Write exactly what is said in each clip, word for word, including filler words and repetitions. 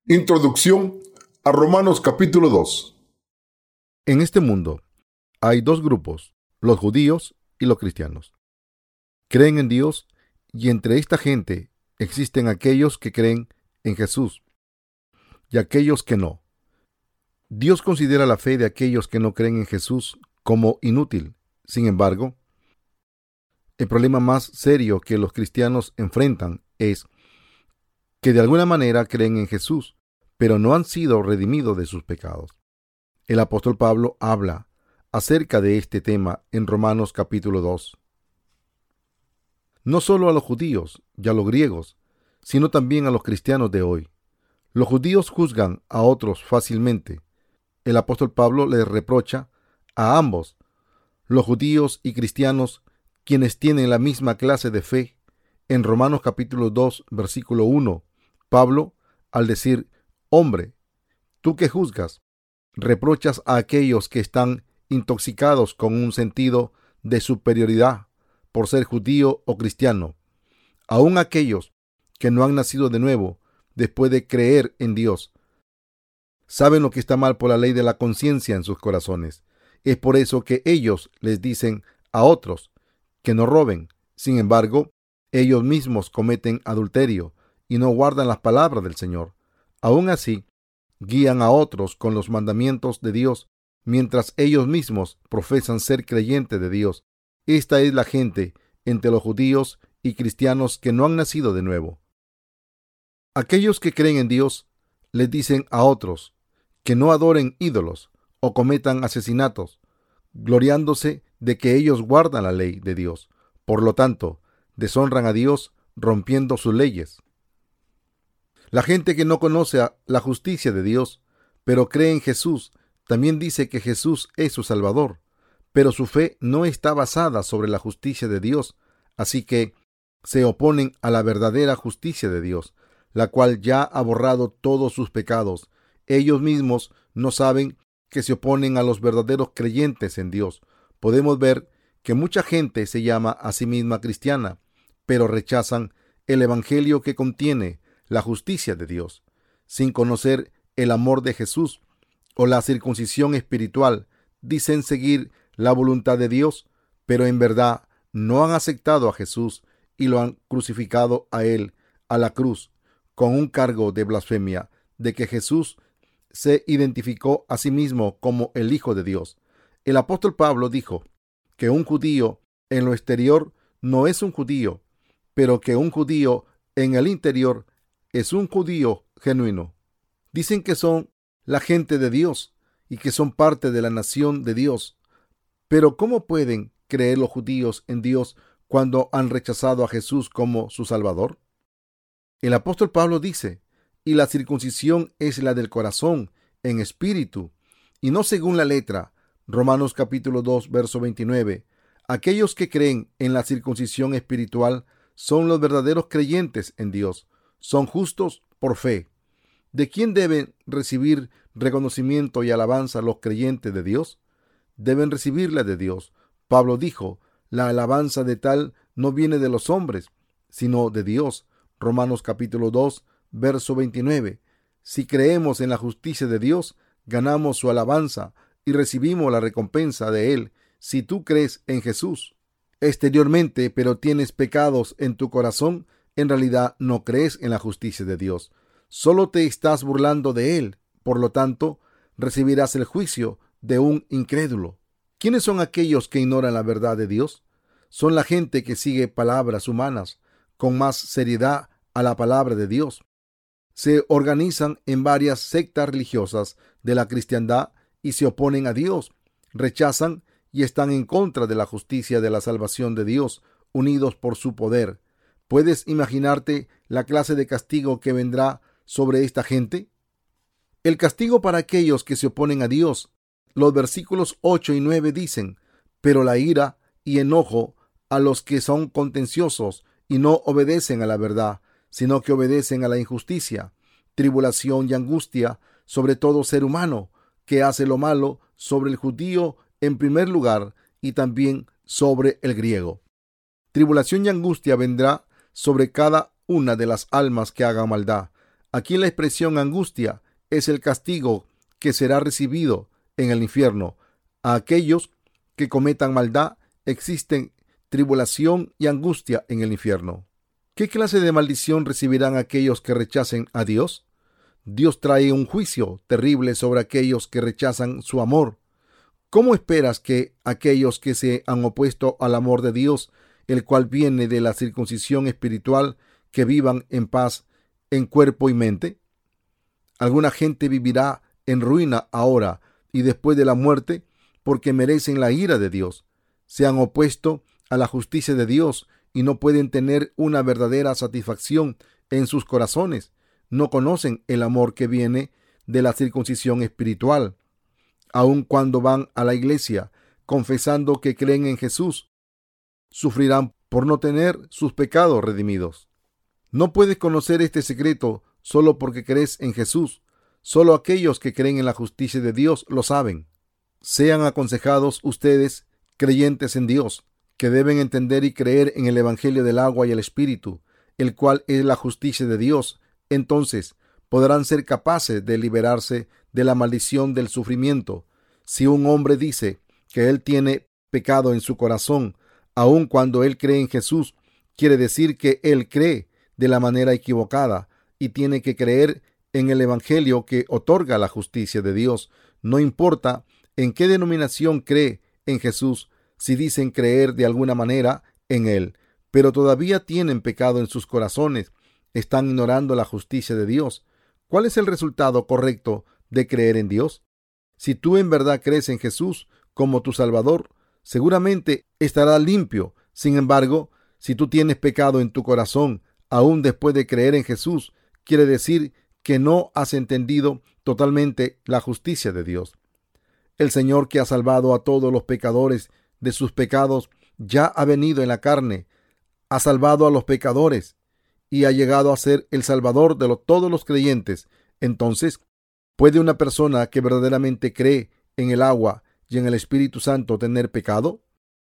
Introducción a Romanos capítulo dos. En este mundo hay dos grupos, los judíos y los cristianos. Creen en Dios y entre esta gente existen aquellos que creen en Jesús y aquellos que no. Dios considera la fe de aquellos que no creen en Jesús como inútil. Sin embargo, el problema más serio que los cristianos enfrentan es que de alguna manera creen en Jesús, pero no han sido redimidos de sus pecados. El apóstol Pablo habla acerca de este tema en Romanos capítulo dos. No solo a los judíos y a los griegos, sino también a los cristianos de hoy. Los judíos juzgan a otros fácilmente. El apóstol Pablo les reprocha a ambos, los judíos y cristianos, quienes tienen la misma clase de fe. En Romanos capítulo dos, versículo uno, Pablo, al decir, hombre, tú que juzgas, reprochas a aquellos que están intoxicados con un sentido de superioridad por ser judío o cristiano, aun aquellos que no han nacido de nuevo después de creer en Dios, saben lo que está mal por la ley de la conciencia en sus corazones. Es por eso que ellos les dicen a otros que no roben. Sin embargo, ellos mismos cometen adulterio y no guardan las palabras del Señor. Aún así, guían a otros con los mandamientos de Dios, mientras ellos mismos profesan ser creyentes de Dios. Esta es la gente entre los judíos y cristianos que no han nacido de nuevo. Aquellos que creen en Dios les dicen a otros que no adoren ídolos o cometan asesinatos, gloriándose de que ellos guardan la ley de Dios. Por lo tanto, deshonran a Dios rompiendo sus leyes. La gente que no conoce la justicia de Dios, pero cree en Jesús, también dice que Jesús es su Salvador, pero su fe no está basada sobre la justicia de Dios, así que se oponen a la verdadera justicia de Dios, la cual ya ha borrado todos sus pecados. Ellos mismos no saben que se oponen a los verdaderos creyentes en Dios. Podemos ver que mucha gente se llama a sí misma cristiana, pero rechazan el evangelio que contiene la justicia de Dios. Sin conocer el amor de Jesús o la circuncisión espiritual, dicen seguir la voluntad de Dios, pero en verdad no han aceptado a Jesús y lo han crucificado a él a la cruz con un cargo de blasfemia de que Jesús se identificó a sí mismo como el Hijo de Dios. El apóstol Pablo dijo que un judío en lo exterior no es un judío, pero que un judío en el interior es un judío genuino. Dicen que son la gente de Dios y que son parte de la nación de Dios. Pero ¿cómo pueden creer los judíos en Dios cuando han rechazado a Jesús como su Salvador? El apóstol Pablo dice, y la circuncisión es la del corazón, en espíritu, y no según la letra. Romanos capítulo dos, verso veintinueve. Aquellos que creen en la circuncisión espiritual son los verdaderos creyentes en Dios. Son justos por fe. ¿De quién deben recibir reconocimiento y alabanza los creyentes de Dios? Deben recibirla de Dios. Pablo dijo, la alabanza de tal no viene de los hombres, sino de Dios. Romanos capítulo dos, verso veintinueve. Si creemos en la justicia de Dios, ganamos su alabanza y recibimos la recompensa de él. Si tú crees en Jesús exteriormente, pero tienes pecados en tu corazón, en realidad no crees en la justicia de Dios. Solo te estás burlando de él. Por lo tanto, recibirás el juicio de un incrédulo. ¿Quiénes son aquellos que ignoran la verdad de Dios? Son la gente que sigue palabras humanas con más seriedad a la palabra de Dios. Se organizan en varias sectas religiosas de la cristiandad y se oponen a Dios. Rechazan y están en contra de la justicia de la salvación de Dios, unidos por su poder. ¿Puedes imaginarte la clase de castigo que vendrá sobre esta gente? El castigo para aquellos que se oponen a Dios. Los versículos ocho y nueve dicen, pero la ira y enojo a los que son contenciosos y no obedecen a la verdad, sino que obedecen a la injusticia, tribulación y angustia sobre todo ser humano que hace lo malo, sobre el judío en primer lugar y también sobre el griego. Tribulación y angustia vendrá sobre cada una de las almas que hagan maldad. Aquí la expresión angustia es el castigo que será recibido en el infierno. A aquellos que cometan maldad existen tribulación y angustia en el infierno. ¿Qué clase de maldición recibirán aquellos que rechacen a Dios? Dios trae un juicio terrible sobre aquellos que rechazan su amor. ¿Cómo esperas que aquellos que se han opuesto al amor de Dios, el cual viene de la circuncisión espiritual, que vivan en paz en cuerpo y mente? Alguna gente vivirá en ruina ahora y después de la muerte porque merecen la ira de Dios. Se han opuesto a la justicia de Dios y no pueden tener una verdadera satisfacción en sus corazones. No conocen el amor que viene de la circuncisión espiritual. Aun cuando van a la iglesia confesando que creen en Jesús, sufrirán por no tener sus pecados redimidos. No puedes conocer este secreto solo porque crees en Jesús. Solo aquellos que creen en la justicia de Dios lo saben. Sean aconsejados ustedes, creyentes en Dios, que deben entender y creer en el Evangelio del agua y el Espíritu, el cual es la justicia de Dios. Entonces podrán ser capaces de liberarse de la maldición del sufrimiento. Si un hombre dice que él tiene pecado en su corazón, aun cuando él cree en Jesús, quiere decir que él cree de la manera equivocada y tiene que creer en el Evangelio que otorga la justicia de Dios. No importa en qué denominación cree en Jesús, si dicen creer de alguna manera en él, pero todavía tienen pecado en sus corazones, están ignorando la justicia de Dios. ¿Cuál es el resultado correcto de creer en Dios? Si tú en verdad crees en Jesús como tu Salvador, seguramente estarás limpio. Sin embargo, si tú tienes pecado en tu corazón, aún después de creer en Jesús, quiere decir que no has entendido totalmente la justicia de Dios. El Señor, que ha salvado a todos los pecadores de sus pecados, ya ha venido en la carne, ha salvado a los pecadores y ha llegado a ser el Salvador de los, todos los creyentes. Entonces, ¿puede una persona que verdaderamente cree en el agua y en el Espíritu Santo tener pecado?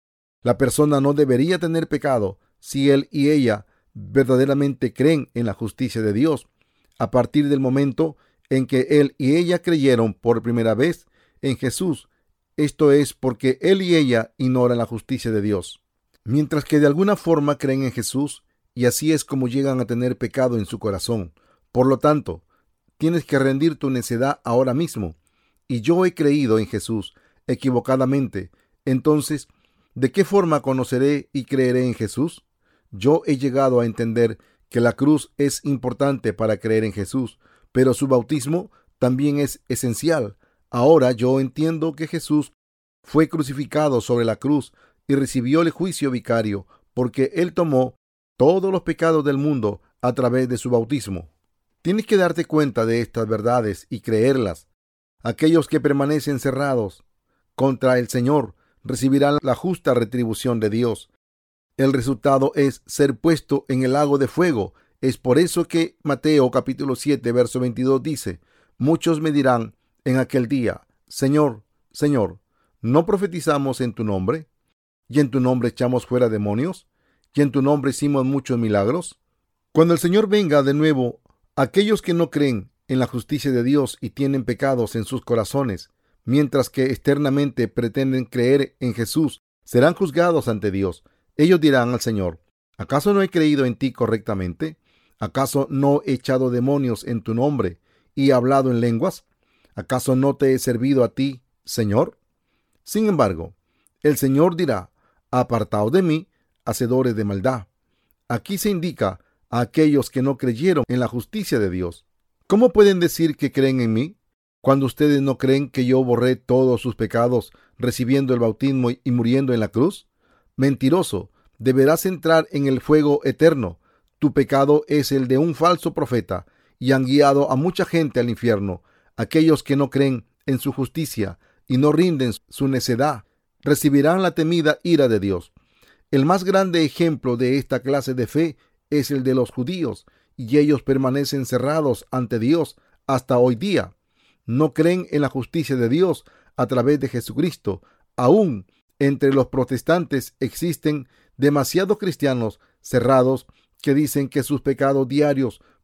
La persona no debería tener pecado si él y ella verdaderamente creen en la justicia de Dios. A partir del momento en que él y ella creyeron por primera vez en Jesús, esto es porque él y ella ignoran la justicia de Dios, mientras que de alguna forma creen en Jesús, y así es como llegan a tener pecado en su corazón. Por lo tanto, tienes que rendir tu necedad ahora mismo. Y yo he creído en Jesús equivocadamente. Entonces, ¿de qué forma conoceré y creeré en Jesús? Yo he llegado a entender que la cruz es importante para creer en Jesús, pero su bautismo también es esencial. Ahora yo entiendo que Jesús fue crucificado sobre la cruz y recibió el juicio vicario, porque él tomó todos los pecados del mundo a través de su bautismo. Tienes que darte cuenta de estas verdades y creerlas. Aquellos que permanecen cerrados contra el Señor recibirán la justa retribución de Dios. El resultado es ser puesto en el lago de fuego. Es por eso que Mateo capítulo siete, verso veintidós dice: muchos me dirán en aquel día: Señor, Señor, ¿no profetizamos en tu nombre? ¿Y en tu nombre echamos fuera demonios? ¿Y en tu nombre hicimos muchos milagros? Cuando el Señor venga de nuevo, aquellos que no creen en la justicia de Dios y tienen pecados en sus corazones, mientras que externamente pretenden creer en Jesús, serán juzgados ante Dios. Ellos dirán al Señor: ¿acaso no he creído en ti correctamente? ¿Acaso no he echado demonios en tu nombre y he hablado en lenguas? ¿Acaso no te he servido a ti, Señor? Sin embargo, el Señor dirá: apartaos de mí, hacedores de maldad. Aquí se indica a aquellos que no creyeron en la justicia de Dios. ¿Cómo pueden decir que creen en mí cuando ustedes no creen que yo borré todos sus pecados recibiendo el bautismo y muriendo en la cruz? Mentiroso, deberás entrar en el fuego eterno. Tu pecado es el de un falso profeta y han guiado a mucha gente al infierno. Aquellos que no creen en su justicia y no rinden su necedad recibirán la temida ira de Dios. El más grande ejemplo de esta clase de fe es el de los judíos, y ellos permanecen cerrados ante Dios hasta hoy día. No creen en la justicia de Dios a través de Jesucristo. Aún entre los protestantes existen demasiados cristianos cerrados que dicen que sus pecados diarios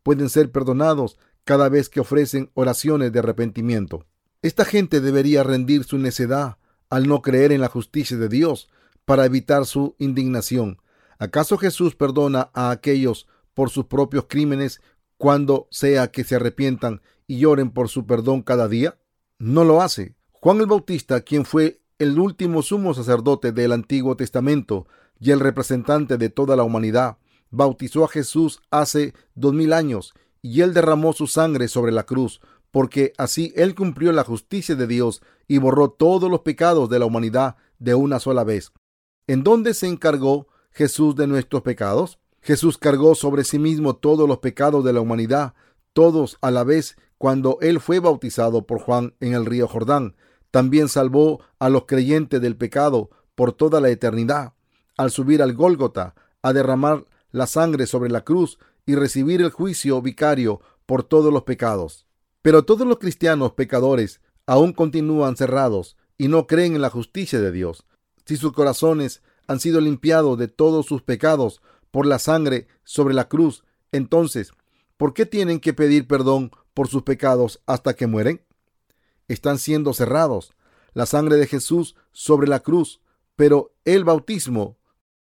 pueden ser perdonados cada vez que ofrecen oraciones de arrepentimiento. Esta gente debería rendir su necedad al no creer en la justicia de Dios para evitar su indignación. ¿Acaso Jesús perdona a aquellos por sus propios crímenes cuando sea que se arrepientan y lloren por su perdón cada día? No lo hace. Juan el Bautista, quien fue el último sumo sacerdote del Antiguo Testamento y el representante de toda la humanidad, bautizó a Jesús hace dos mil años y él derramó su sangre sobre la cruz, porque así él cumplió la justicia de Dios y borró todos los pecados de la humanidad de una sola vez. ¿En dónde se encargó Jesús de nuestros pecados? Jesús cargó sobre sí mismo todos los pecados de la humanidad, todos a la vez, cuando él fue bautizado por Juan en el río Jordán. También salvó a los creyentes del pecado por toda la eternidad. Al subir al Gólgota, a derramar la sangre sobre la cruz y recibir el juicio vicario por todos los pecados. Pero todos los cristianos pecadores aún continúan cerrados y no creen en la justicia de Dios. Si sus corazones han sido limpiados de todos sus pecados por la sangre sobre la cruz, entonces, ¿por qué tienen que pedir perdón por sus pecados hasta que mueren? Están siendo cerrados. La sangre de Jesús sobre la cruz, pero el bautismo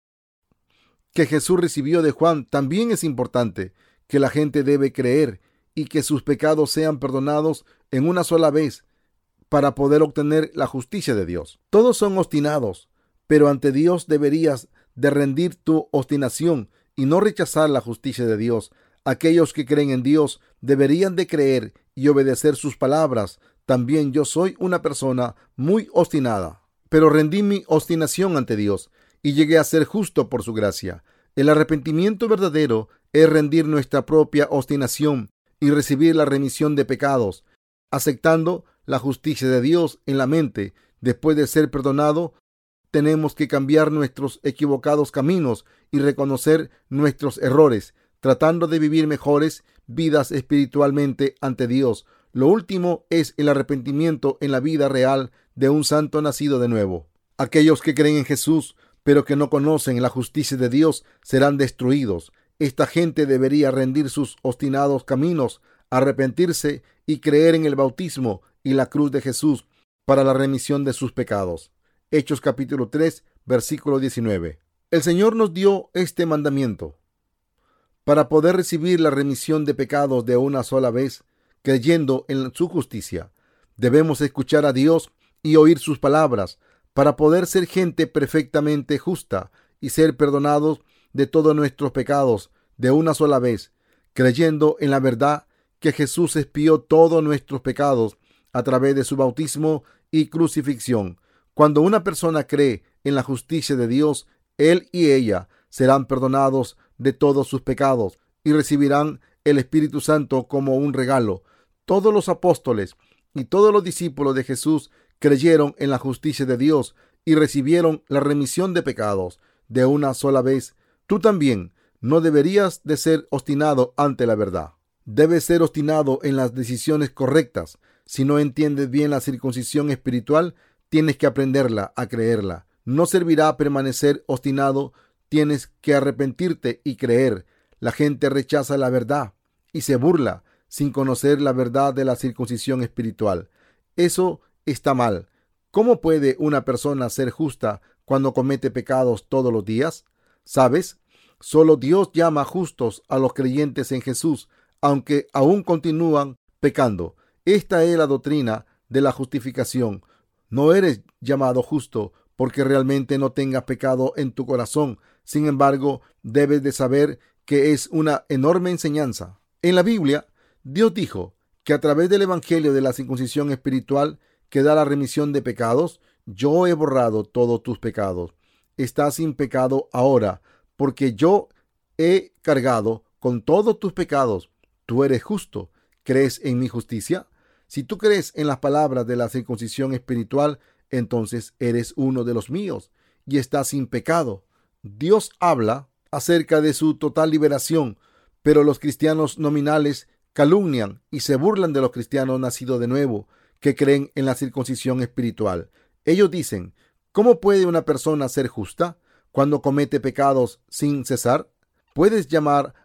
que Jesús recibió de Juan también es importante, que la gente debe creer y que sus pecados sean perdonados en una sola vez para poder obtener la justicia de Dios. Todos son obstinados, pero ante Dios deberías de rendir tu obstinación y no rechazar la justicia de Dios. Aquellos que creen en Dios deberían de creer y obedecer sus palabras. También yo soy una persona muy obstinada, pero rendí mi obstinación ante Dios y llegué a ser justo por su gracia. El arrepentimiento verdadero es rendir nuestra propia obstinación y recibir la remisión de pecados, aceptando la justicia de Dios en la mente. Después de ser perdonado, tenemos que cambiar nuestros equivocados caminos y reconocer nuestros errores, tratando de vivir mejores vidas espiritualmente ante Dios. Lo último es el arrepentimiento en la vida real de un santo nacido de nuevo. Aquellos que creen en Jesús, pero que no conocen la justicia de Dios, serán destruidos. Esta gente debería rendir sus obstinados caminos, arrepentirse y creer en el bautismo y la cruz de Jesús para la remisión de sus pecados. Hechos capítulo tres, versículo diecinueve. El Señor nos dio este mandamiento para poder recibir la remisión de pecados de una sola vez, creyendo en su justicia. Debemos escuchar a Dios y oír sus palabras para poder ser gente perfectamente justa y ser perdonados de todos nuestros pecados de una sola vez, creyendo en la verdad que Jesús expió todos nuestros pecados a través de su bautismo y crucifixión. Cuando una persona cree en la justicia de Dios, él y ella serán perdonados de todos sus pecados y recibirán el Espíritu Santo como un regalo. Todos los apóstoles y todos los discípulos de Jesús creyeron en la justicia de Dios y recibieron la remisión de pecados de una sola vez. Tú también no deberías de ser obstinado ante la verdad. Debes ser obstinado en las decisiones correctas. Si no entiendes bien la circuncisión espiritual, tienes que aprenderla a creerla. No servirá permanecer obstinado. Tienes que arrepentirte y creer. La gente rechaza la verdad y se burla sin conocer la verdad de la circuncisión espiritual. Eso está mal. ¿Cómo puede una persona ser justa cuando comete pecados todos los días? ¿Sabes? Solo Dios llama justos a los creyentes en Jesús, aunque aún continúan pecando. Esta es la doctrina de la justificación. No eres llamado justo porque realmente no tengas pecado en tu corazón. Sin embargo, debes de saber que es una enorme enseñanza. En la Biblia, Dios dijo que a través del evangelio de la circuncisión espiritual que da la remisión de pecados, yo he borrado todos tus pecados. Estás sin pecado ahora, porque yo he cargado con todos tus pecados. Tú eres justo. ¿Crees en mi justicia? Si tú crees en las palabras de la circuncisión espiritual, entonces eres uno de los míos y estás sin pecado. Dios habla acerca de su total liberación, pero los cristianos nominales calumnian y se burlan de los cristianos nacidos de nuevo que creen en la circuncisión espiritual. Ellos dicen, ¿cómo puede una persona ser justa cuando comete pecados sin cesar? ¿Puedes llamar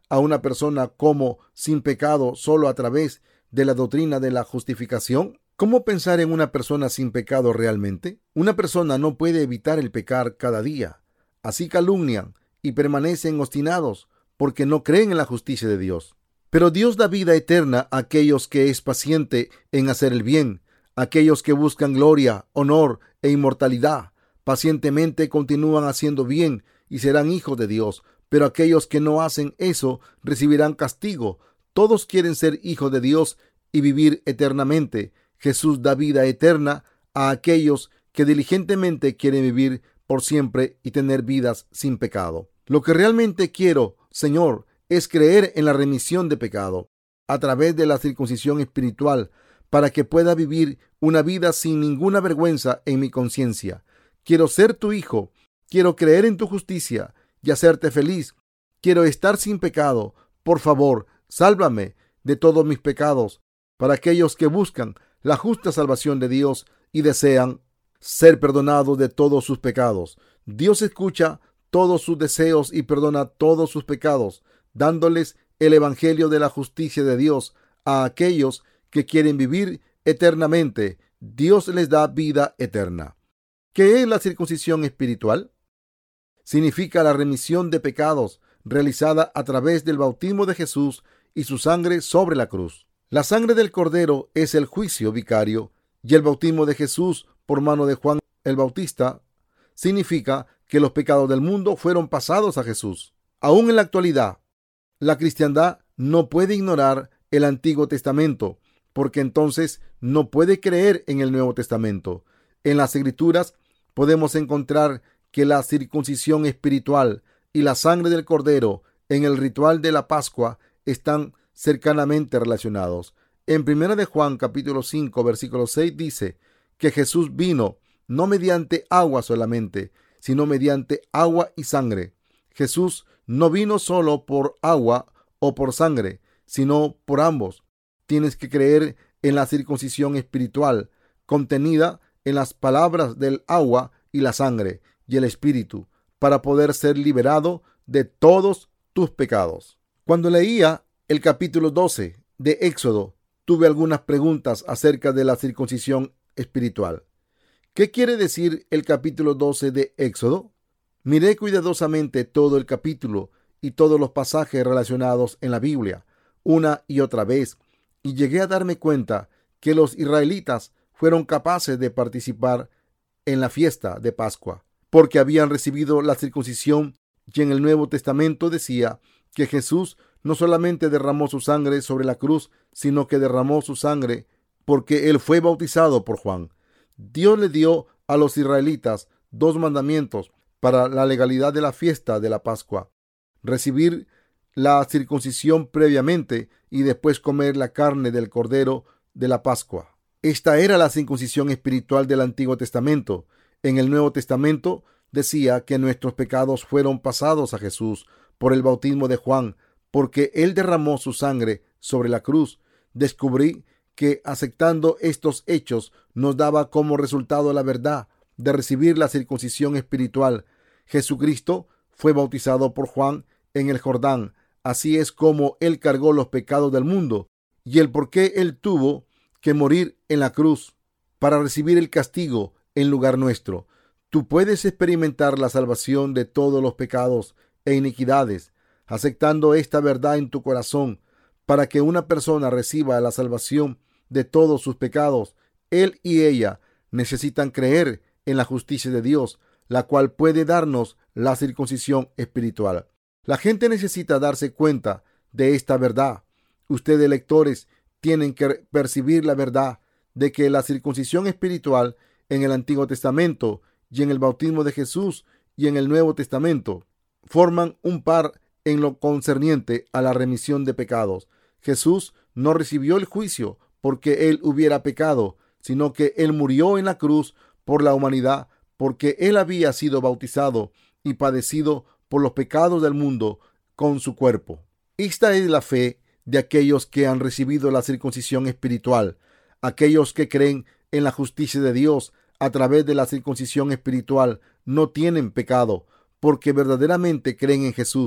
a una persona como sin pecado solo a través de la doctrina de la justificación? ¿Cómo pensar en una persona sin pecado realmente? Una persona no puede evitar el pecar cada día. Así calumnian y permanecen obstinados porque no creen en la justicia de Dios. Pero Dios da vida eterna a aquellos que es paciente en hacer el bien, aquellos que buscan gloria, honor e inmortalidad. Pacientemente continúan haciendo bien y serán hijos de Dios, pero aquellos que no hacen eso recibirán castigo. Todos quieren ser hijos de Dios y vivir eternamente. Jesús da vida eterna a aquellos que diligentemente quieren vivir por siempre y tener vidas sin pecado. Lo que realmente quiero, Señor, es creer en la remisión de pecado a través de la circuncisión espiritual para que pueda vivir una vida sin ninguna vergüenza en mi conciencia. Quiero ser tu hijo, quiero creer en tu justicia y hacerte feliz. Quiero estar sin pecado. Por favor, sálvame de todos mis pecados. Para aquellos que buscan la justa salvación de Dios y desean ser perdonados de todos sus pecados, Dios escucha todos sus deseos y perdona todos sus pecados, dándoles el evangelio de la justicia de Dios a aquellos que quieren vivir eternamente. Dios les da vida eterna. ¿Qué es la circuncisión espiritual? Significa la remisión de pecados realizada a través del bautismo de Jesús y su sangre sobre la cruz. La sangre del Cordero es el juicio vicario y el bautismo de Jesús por mano de Juan el Bautista significa que los pecados del mundo fueron pasados a Jesús. Aún en la actualidad, la cristiandad no puede ignorar el Antiguo Testamento, porque entonces no puede creer en el Nuevo Testamento. En las Escrituras podemos encontrar que la circuncisión espiritual y la sangre del Cordero en el ritual de la Pascua están cercanamente relacionados. En primera de Juan capítulo cinco versículo seis dice que Jesús vino no mediante agua solamente, sino mediante agua y sangre. Jesús no vino solo por agua o por sangre, sino por ambos. Tienes que creer en la circuncisión espiritual contenida en las palabras del agua y la sangre y el espíritu para poder ser liberado de todos tus pecados. Cuando leía el capítulo doce de Éxodo, tuve algunas preguntas acerca de la circuncisión espiritual. ¿Qué quiere decir el capítulo doce de Éxodo? Miré cuidadosamente todo el capítulo y todos los pasajes relacionados en la Biblia, una y otra vez, y llegué a darme cuenta que los israelitas fueron capaces de participar en la fiesta de Pascua, porque habían recibido la circuncisión, y en el Nuevo Testamento decía que Jesús no solamente derramó su sangre sobre la cruz, sino que derramó su sangre porque él fue bautizado por Juan. Dios le dio a los israelitas dos mandamientos para la legalidad de la fiesta de la Pascua: recibir la circuncisión previamente y después comer la carne del cordero de la Pascua. Esta era la circuncisión espiritual del Antiguo Testamento. En el Nuevo Testamento decía que nuestros pecados fueron pasados a Jesús por el bautismo de Juan, porque él derramó su sangre sobre la cruz. Descubrí que aceptando estos hechos nos daba como resultado la verdad de recibir la circuncisión espiritual. Jesucristo fue bautizado por Juan en el Jordán. Así es como él cargó los pecados del mundo y el por qué él tuvo que morir en la cruz para recibir el castigo en lugar nuestro. Tú puedes experimentar la salvación de todos los pecados e iniquidades aceptando esta verdad en tu corazón. Para que una persona reciba la salvación de todos sus pecados, él y ella necesitan creer en la justicia de Dios, la cual puede darnos la circuncisión espiritual. La gente necesita darse cuenta de esta verdad. Ustedes, lectores, tienen que percibir la verdad de que la circuncisión espiritual en el Antiguo Testamento y en el bautismo de Jesús y en el Nuevo Testamento forman un par en lo concerniente a la remisión de pecados. Jesús no recibió el juicio porque él hubiera pecado, sino que él murió en la cruz por la humanidad, porque él había sido bautizado y padecido por los pecados del mundo con su cuerpo. Esta es la fe de aquellos que han recibido la circuncisión espiritual. Aquellos que creen en la justicia de Dios a través de la circuncisión espiritual no tienen pecado, porque verdaderamente creen en Jesús.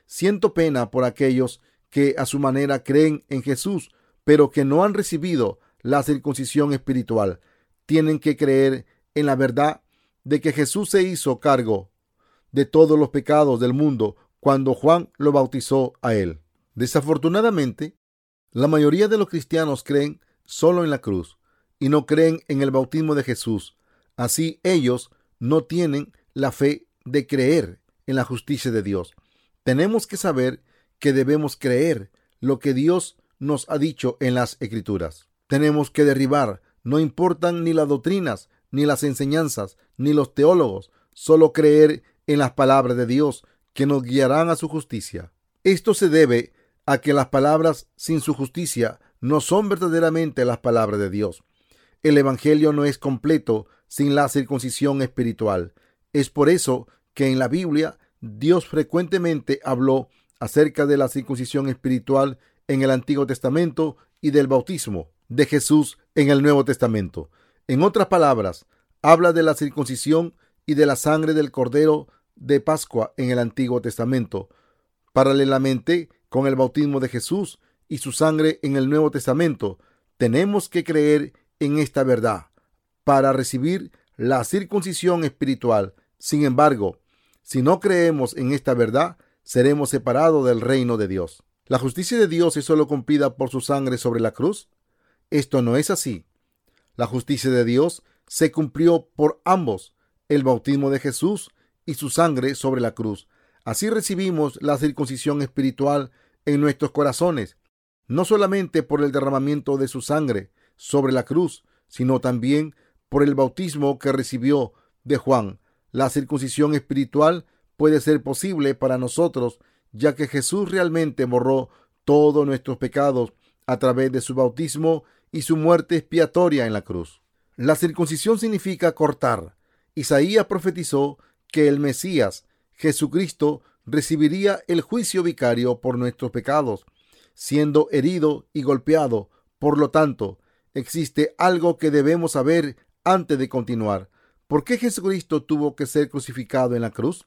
siento pena por aquellos que a su manera creen en Jesús, pero que no han recibido la circuncisión espiritual. Tienen que creer en la verdad de que Jesús se hizo cargo de todos los pecados del mundo cuando Juan lo bautizó a él. Desafortunadamente, la mayoría de los cristianos creen solo en la cruz y no creen en el bautismo de Jesús. Así ellos no tienen la fe de creer en la justicia de Dios. Tenemos que saber que debemos creer lo que Dios nos ha dicho en las Escrituras. Tenemos que derribar, no importan ni las doctrinas, ni las enseñanzas, ni los teólogos, solo creer en las palabras de Dios que nos guiarán a su justicia. Esto se debe a que las palabras sin su justicia no son verdaderamente las palabras de Dios. El Evangelio no es completo sin la circuncisión espiritual. Es por eso que en la Biblia Dios frecuentemente habló acerca de la circuncisión espiritual en el Antiguo Testamento y del bautismo de Jesús en el Nuevo Testamento. En otras palabras, habla de la circuncisión y de la sangre del Cordero de Pascua en el Antiguo Testamento, paralelamente con el bautismo de Jesús y su sangre en el Nuevo Testamento. Tenemos que creer en esta verdad para recibir la circuncisión espiritual. Sin embargo, si no creemos en esta verdad, seremos separados del reino de Dios. ¿La justicia de Dios es solo cumplida por su sangre sobre la cruz? Esto no es así. La justicia de Dios se cumplió por ambos, el bautismo de Jesús y su sangre sobre la cruz. Así recibimos la circuncisión espiritual en nuestros corazones, no solamente por el derramamiento de su sangre sobre la cruz, sino también por el bautismo que recibió de Juan. La circuncisión espiritual puede ser posible para nosotros, ya que Jesús realmente borró todos nuestros pecados a través de su bautismo y su muerte expiatoria en la cruz. La circuncisión significa cortar. Isaías profetizó que el Mesías, Jesucristo, recibiría el juicio vicario por nuestros pecados, siendo herido y golpeado. Por lo tanto, existe algo que debemos saber antes de continuar. ¿Por qué Jesucristo tuvo que ser crucificado en la cruz?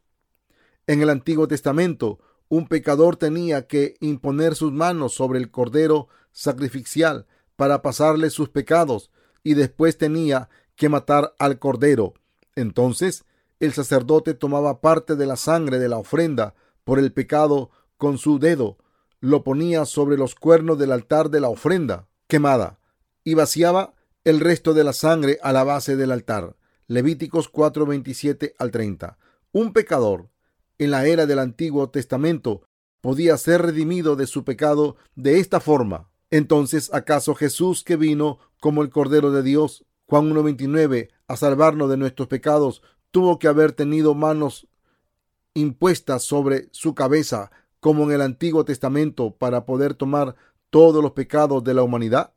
En el Antiguo Testamento, un pecador tenía que imponer sus manos sobre el cordero sacrificial para pasarle sus pecados y después tenía que matar al cordero. Entonces, el sacerdote tomaba parte de la sangre de la ofrenda por el pecado con su dedo, lo ponía sobre los cuernos del altar de la ofrenda quemada y vaciaba el resto de la sangre a la base del altar. Levíticos cuatro, veintisiete al treinta. Un pecador en la era del Antiguo Testamento podía ser redimido de su pecado de esta forma. Entonces, ¿acaso Jesús, que vino como el Cordero de Dios, Juan uno veintinueve, a salvarnos de nuestros pecados, tuvo que haber tenido manos impuestas sobre su cabeza como en el Antiguo Testamento para poder tomar todos los pecados de la humanidad?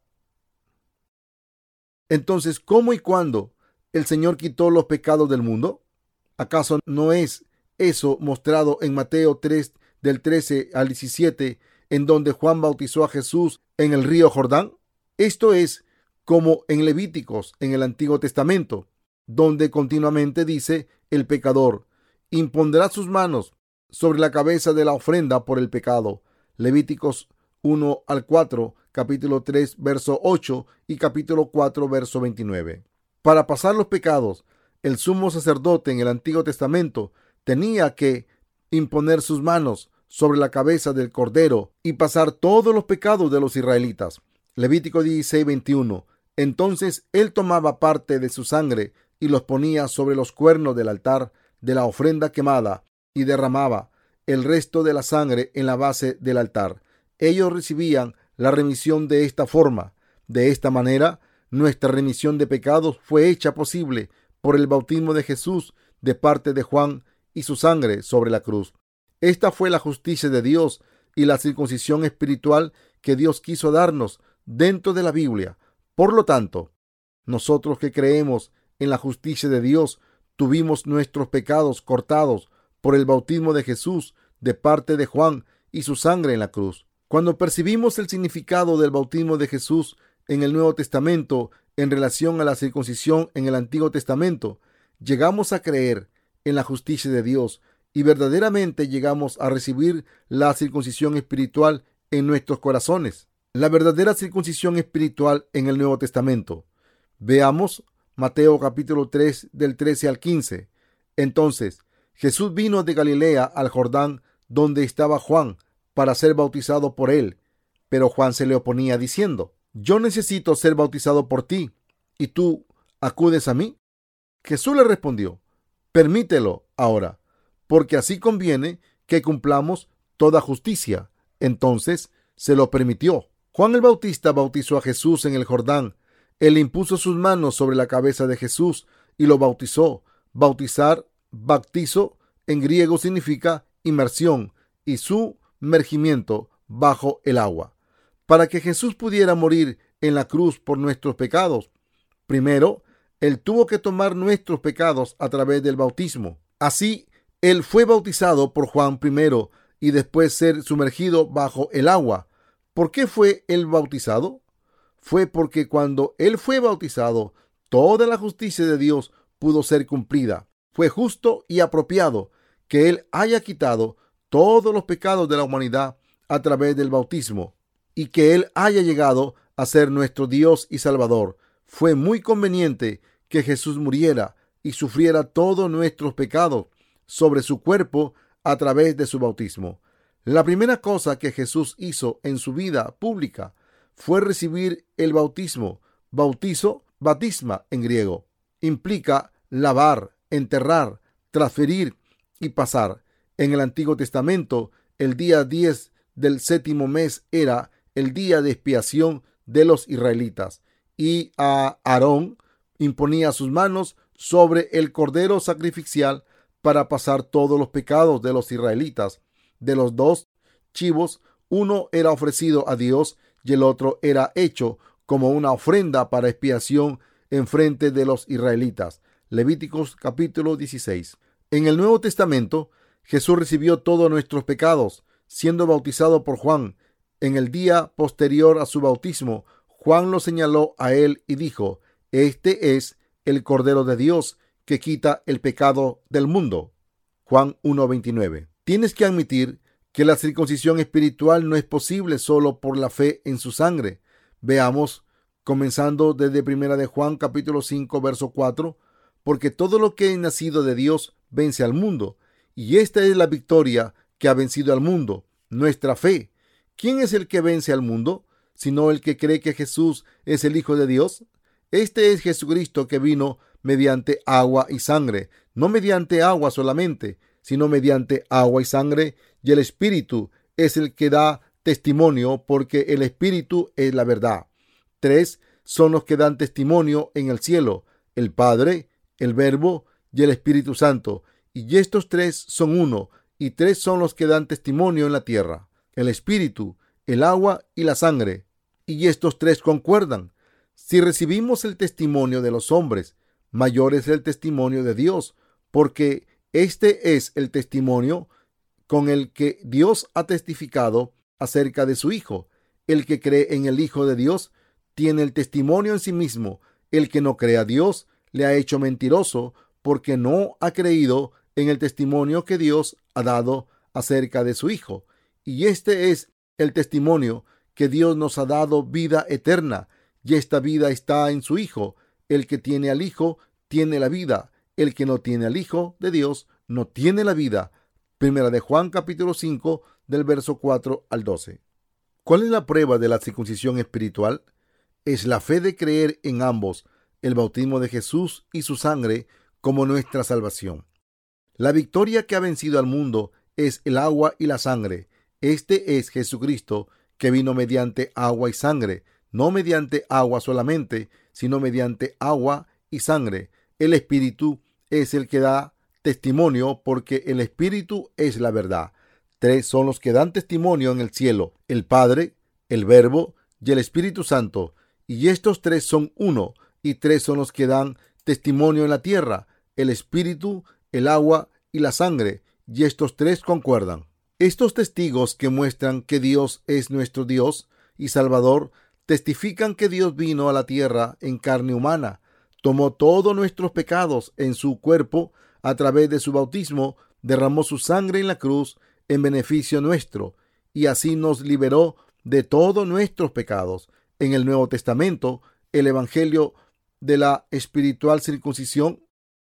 Entonces, ¿cómo y cuándo el Señor quitó los pecados del mundo? ¿Acaso no es eso mostrado en Mateo tres, del trece al diecisiete, en donde Juan bautizó a Jesús en el río Jordán? Esto es como en Levíticos en el Antiguo Testamento, donde continuamente dice el pecador impondrá sus manos sobre la cabeza de la ofrenda por el pecado. Levíticos uno al cuatro, capítulo tres, verso ocho y capítulo cuatro, verso veintinueve. Para pasar los pecados, el sumo sacerdote en el Antiguo Testamento tenía que imponer sus manos sobre la cabeza del cordero y pasar todos los pecados de los israelitas. Levítico dieciséis, veintiuno. Entonces él tomaba parte de su sangre y los ponía sobre los cuernos del altar de la ofrenda quemada y derramaba el resto de la sangre en la base del altar. Ellos recibían la remisión de esta forma. De esta manera, nuestra remisión de pecados fue hecha posible por el bautismo de Jesús de parte de Juan y su sangre sobre la cruz. Esta fue la justicia de Dios y la circuncisión espiritual que Dios quiso darnos dentro de la Biblia. Por lo tanto, nosotros que creemos en la justicia de Dios, tuvimos nuestros pecados cortados por el bautismo de Jesús de parte de Juan y su sangre en la cruz. Cuando percibimos el significado del bautismo de Jesús en el Nuevo Testamento en relación a la circuncisión en el Antiguo Testamento, llegamos a creer en la justicia de Dios y verdaderamente llegamos a recibir la circuncisión espiritual en nuestros corazones. La verdadera circuncisión espiritual en el Nuevo Testamento. Veamos Mateo capítulo tres del trece al quince. Entonces Jesús vino de Galilea al Jordán, donde estaba Juan, para ser bautizado por él. Pero Juan se le oponía diciendo: yo necesito ser bautizado por ti, ¿y tú acudes a mí? Jesús le respondió: permítelo ahora, porque así conviene que cumplamos toda justicia. Entonces se lo permitió. Juan el Bautista bautizó a Jesús en el Jordán. Él impuso sus manos sobre la cabeza de Jesús y lo bautizó. Bautizar, baptizo, en griego significa inmersión y sumergimiento bajo el agua. Para que Jesús pudiera morir en la cruz por nuestros pecados, primero, Él tuvo que tomar nuestros pecados a través del bautismo. Así, Él fue bautizado por Juan primero y después ser sumergido bajo el agua. ¿Por qué fue Él bautizado? Fue porque cuando Él fue bautizado, toda la justicia de Dios pudo ser cumplida. Fue justo y apropiado que Él haya quitado todos los pecados de la humanidad a través del bautismo y que Él haya llegado a ser nuestro Dios y Salvador. Fue muy conveniente que Jesús muriera y sufriera todos nuestros pecados sobre su cuerpo a través de su bautismo. La primera cosa que Jesús hizo en su vida pública fue recibir el bautismo. Bautizo, batisma en griego, implica lavar, enterrar, transferir y pasar. En el Antiguo Testamento, el día diez del séptimo mes era el día de expiación de los israelitas, y a Aarón imponía sus manos sobre el cordero sacrificial para pasar todos los pecados de los israelitas. De los dos chivos, uno era ofrecido a Dios y el otro era hecho como una ofrenda para expiación en frente de los israelitas. Levíticos capítulo dieciséis. En el Nuevo Testamento, Jesús recibió todos nuestros pecados, siendo bautizado por Juan. En el día posterior a su bautismo, Juan lo señaló a él y dijo: este es el Cordero de Dios que quita el pecado del mundo. Juan uno veintinueve. Tienes que admitir que la circuncisión espiritual no es posible solo por la fe en su sangre. Veamos, comenzando desde primera de Juan capítulo cinco verso cuatro, porque todo lo que es nacido de Dios vence al mundo, y esta es la victoria que ha vencido al mundo, nuestra fe. ¿Quién es el que vence al mundo, sino el que cree que Jesús es el Hijo de Dios? Este es Jesucristo que vino mediante agua y sangre, no mediante agua solamente, sino mediante agua y sangre, y el Espíritu es el que da testimonio, porque el Espíritu es la verdad. Tres son los que dan testimonio en el cielo: el Padre, el Verbo y el Espíritu Santo. Y estos tres son uno, y tres son los que dan testimonio en la tierra: el Espíritu, el agua y la sangre. Y estos tres concuerdan. Si recibimos el testimonio de los hombres, mayor es el testimonio de Dios, porque este es el testimonio con el que Dios ha testificado acerca de su Hijo. El que cree en el Hijo de Dios tiene el testimonio en sí mismo. El que no cree a Dios le ha hecho mentiroso, porque no ha creído en el testimonio que Dios ha dado acerca de su Hijo. Y este es el testimonio, que Dios nos ha dado vida eterna, y esta vida está en su Hijo. El que tiene al Hijo tiene la vida. El que no tiene al Hijo de Dios no tiene la vida. Primera de Juan capítulo cinco del verso cuatro al doce. ¿Cuál es la prueba de la circuncisión espiritual? Es la fe de creer en ambos, el bautismo de Jesús y su sangre, como nuestra salvación. La victoria que ha vencido al mundo es el agua y la sangre. Este es Jesucristo, que vino mediante agua y sangre, no mediante agua solamente, sino mediante agua y sangre. El Espíritu es el que da testimonio, porque el Espíritu es la verdad. Tres son los que dan testimonio en el cielo: el Padre, el Verbo y el Espíritu Santo. Y estos tres son uno, y tres son los que dan testimonio en la tierra: el Espíritu, el agua y la sangre. Y estos tres concuerdan. Estos testigos que muestran que Dios es nuestro Dios y Salvador testifican que Dios vino a la tierra en carne humana, tomó todos nuestros pecados en su cuerpo a través de su bautismo, derramó su sangre en la cruz en beneficio nuestro y así nos liberó de todos nuestros pecados. En el Nuevo Testamento, el evangelio de la espiritual circuncisión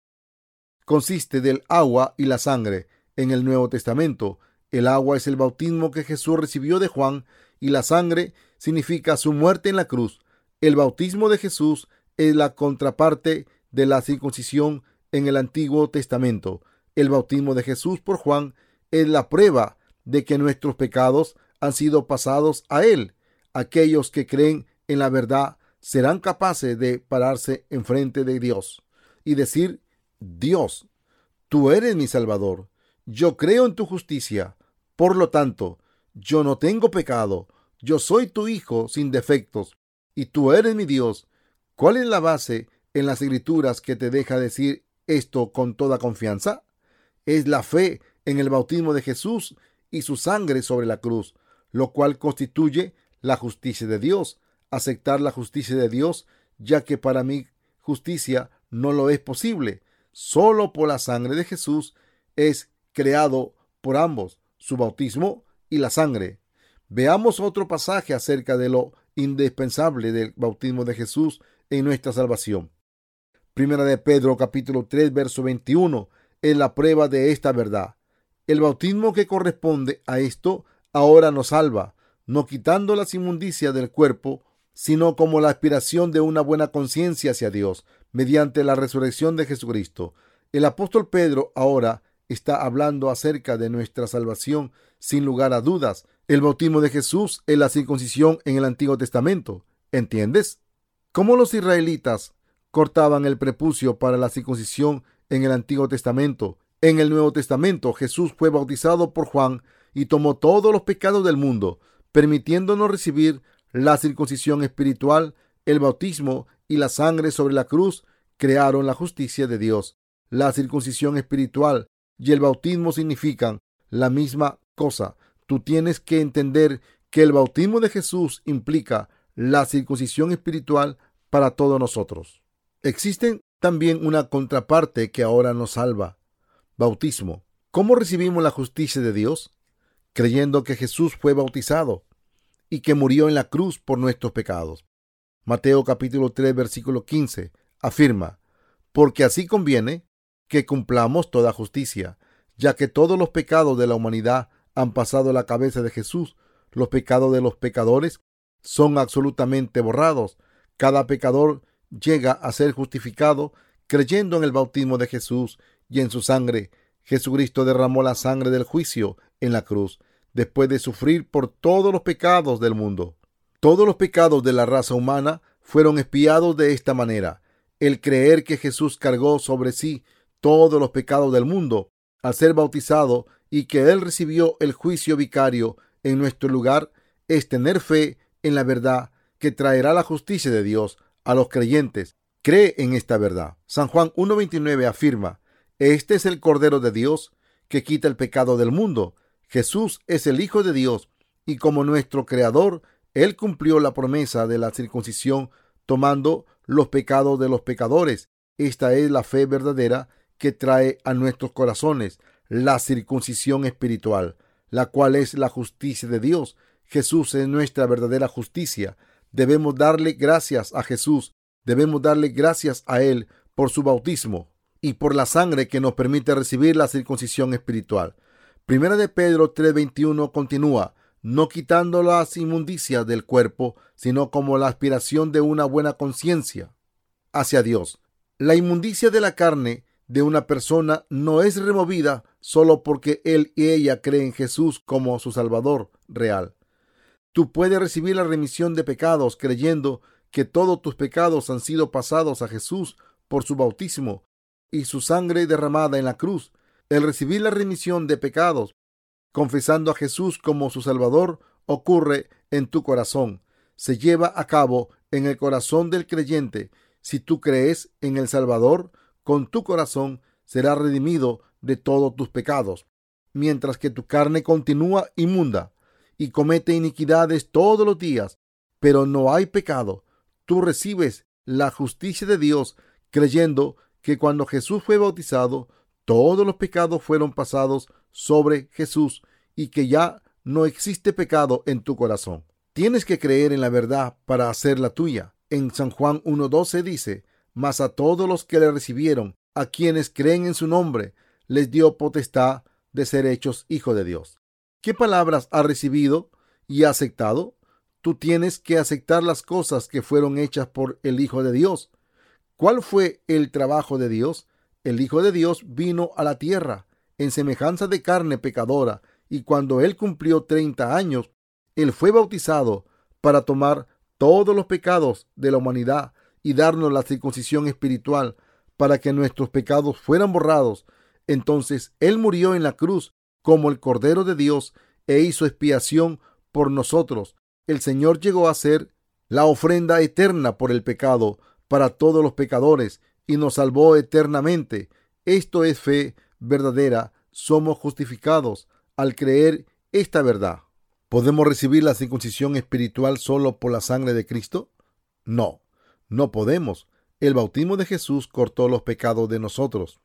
consiste del agua y la sangre. En el Nuevo Testamento, el agua es el bautismo que Jesús recibió de Juan y la sangre significa su muerte en la cruz. El bautismo de Jesús es la contraparte de la circuncisión en el Antiguo Testamento. El bautismo de Jesús por Juan es la prueba de que nuestros pecados han sido pasados a él. Aquellos que creen en la verdad serán capaces de pararse enfrente de Dios y decir: Dios, tú eres mi Salvador. Yo creo en tu justicia. Por lo tanto, yo no tengo pecado. Yo soy tu hijo sin defectos y tú eres mi Dios. ¿Cuál es la base en las Escrituras que te deja decir esto con toda confianza? Es la fe en el bautismo de Jesús y su sangre sobre la cruz, lo cual constituye la justicia de Dios. Aceptar la justicia de Dios, ya que para mi justicia no lo es posible. Solo por la sangre de Jesús es creado por ambos, su bautismo y la sangre. Veamos otro pasaje acerca de lo indispensable del bautismo de Jesús en nuestra salvación. Primera de Pedro, capítulo tres, verso veintiuno, es la prueba de esta verdad. El bautismo que corresponde a esto ahora nos salva, no quitando las inmundicias del cuerpo, sino como la aspiración de una buena conciencia hacia Dios, mediante la resurrección de Jesucristo. El apóstol Pedro ahora está hablando acerca de nuestra salvación sin lugar a dudas. El bautismo de Jesús es la circuncisión en el Antiguo Testamento. ¿Entiendes? ¿Cómo los israelitas cortaban el prepucio para la circuncisión en el Antiguo Testamento? En el Nuevo Testamento, Jesús fue bautizado por Juan y tomó todos los pecados del mundo, permitiéndonos recibir la circuncisión espiritual. El bautismo y la sangre sobre la cruz crearon la justicia de Dios. La circuncisión espiritual y el bautismo significan la misma cosa. Tú tienes que entender que el bautismo de Jesús implica la circuncisión espiritual para todos nosotros. Existe también una contraparte que ahora nos salva. Bautismo. ¿Cómo recibimos la justicia de Dios? Creyendo que Jesús fue bautizado y que murió en la cruz por nuestros pecados. Mateo capítulo tres, versículo quince afirma: porque así conviene que cumplamos toda justicia, ya que todos los pecados de la humanidad han pasado a la cabeza de Jesús. Los pecados de los pecadores son absolutamente borrados. Cada pecador llega a ser justificado creyendo en el bautismo de Jesús y en su sangre. Jesucristo derramó la sangre del juicio en la cruz, después de sufrir por todos los pecados del mundo. Todos los pecados de la raza humana fueron expiados de esta manera. El creer que Jesús cargó sobre sí todos los pecados del mundo al ser bautizado y que Él recibió el juicio vicario en nuestro lugar es tener fe en la verdad que traerá la justicia de Dios a los creyentes. Cree en esta verdad. San Juan uno veintinueve afirma: este es el Cordero de Dios que quita el pecado del mundo. Jesús es el Hijo de Dios y como nuestro Creador, Él cumplió la promesa de la circuncisión tomando los pecados de los pecadores. Esta es la fe verdadera que trae a nuestros corazones la circuncisión espiritual, la cual es la justicia de Dios. Jesús es nuestra verdadera justicia. Debemos darle gracias a Jesús. Debemos darle gracias a Él por su bautismo y por la sangre que nos permite recibir la circuncisión espiritual. Primera de Pedro tres veintiuno continúa: no quitando las inmundicias del cuerpo, sino como la aspiración de una buena conciencia hacia Dios. La inmundicia de la carne de una persona no es removida solo porque él y ella creen en Jesús como su Salvador real. Tú puedes recibir la remisión de pecados creyendo que todos tus pecados han sido pasados a Jesús por su bautismo y su sangre derramada en la cruz. El recibir la remisión de pecados confesando a Jesús como su Salvador ocurre en tu corazón. Se lleva a cabo en el corazón del creyente. Si tú crees en el Salvador, con tu corazón serás redimido de todos tus pecados. Mientras que tu carne continúa inmunda y comete iniquidades todos los días, pero no hay pecado, tú recibes la justicia de Dios creyendo que cuando Jesús fue bautizado, todos los pecados fueron pasados sobre Jesús y que ya no existe pecado en tu corazón. Tienes que creer en la verdad para hacerla tuya. En San Juan uno doce dice: mas a todos los que le recibieron, a quienes creen en su nombre, les dio potestad de ser hechos hijos de Dios. ¿Qué palabras has recibido y aceptado? Tú tienes que aceptar las cosas que fueron hechas por el Hijo de Dios. ¿Cuál fue el trabajo de Dios? El Hijo de Dios vino a la tierra en semejanza de carne pecadora, y cuando él cumplió treinta años, él fue bautizado para tomar todos los pecados de la humanidad y darnos la circuncisión espiritual para que nuestros pecados fueran borrados. Entonces él murió en la cruz como el Cordero de Dios e hizo expiación por nosotros. El Señor llegó a ser la ofrenda eterna por el pecado para todos los pecadores y nos salvó eternamente. Esto es fe verdadera. Somos justificados al creer esta verdad. ¿Podemos recibir la circuncisión espiritual solo por la sangre de Cristo? No, no podemos. El bautismo de Jesús cortó los pecados de nosotros.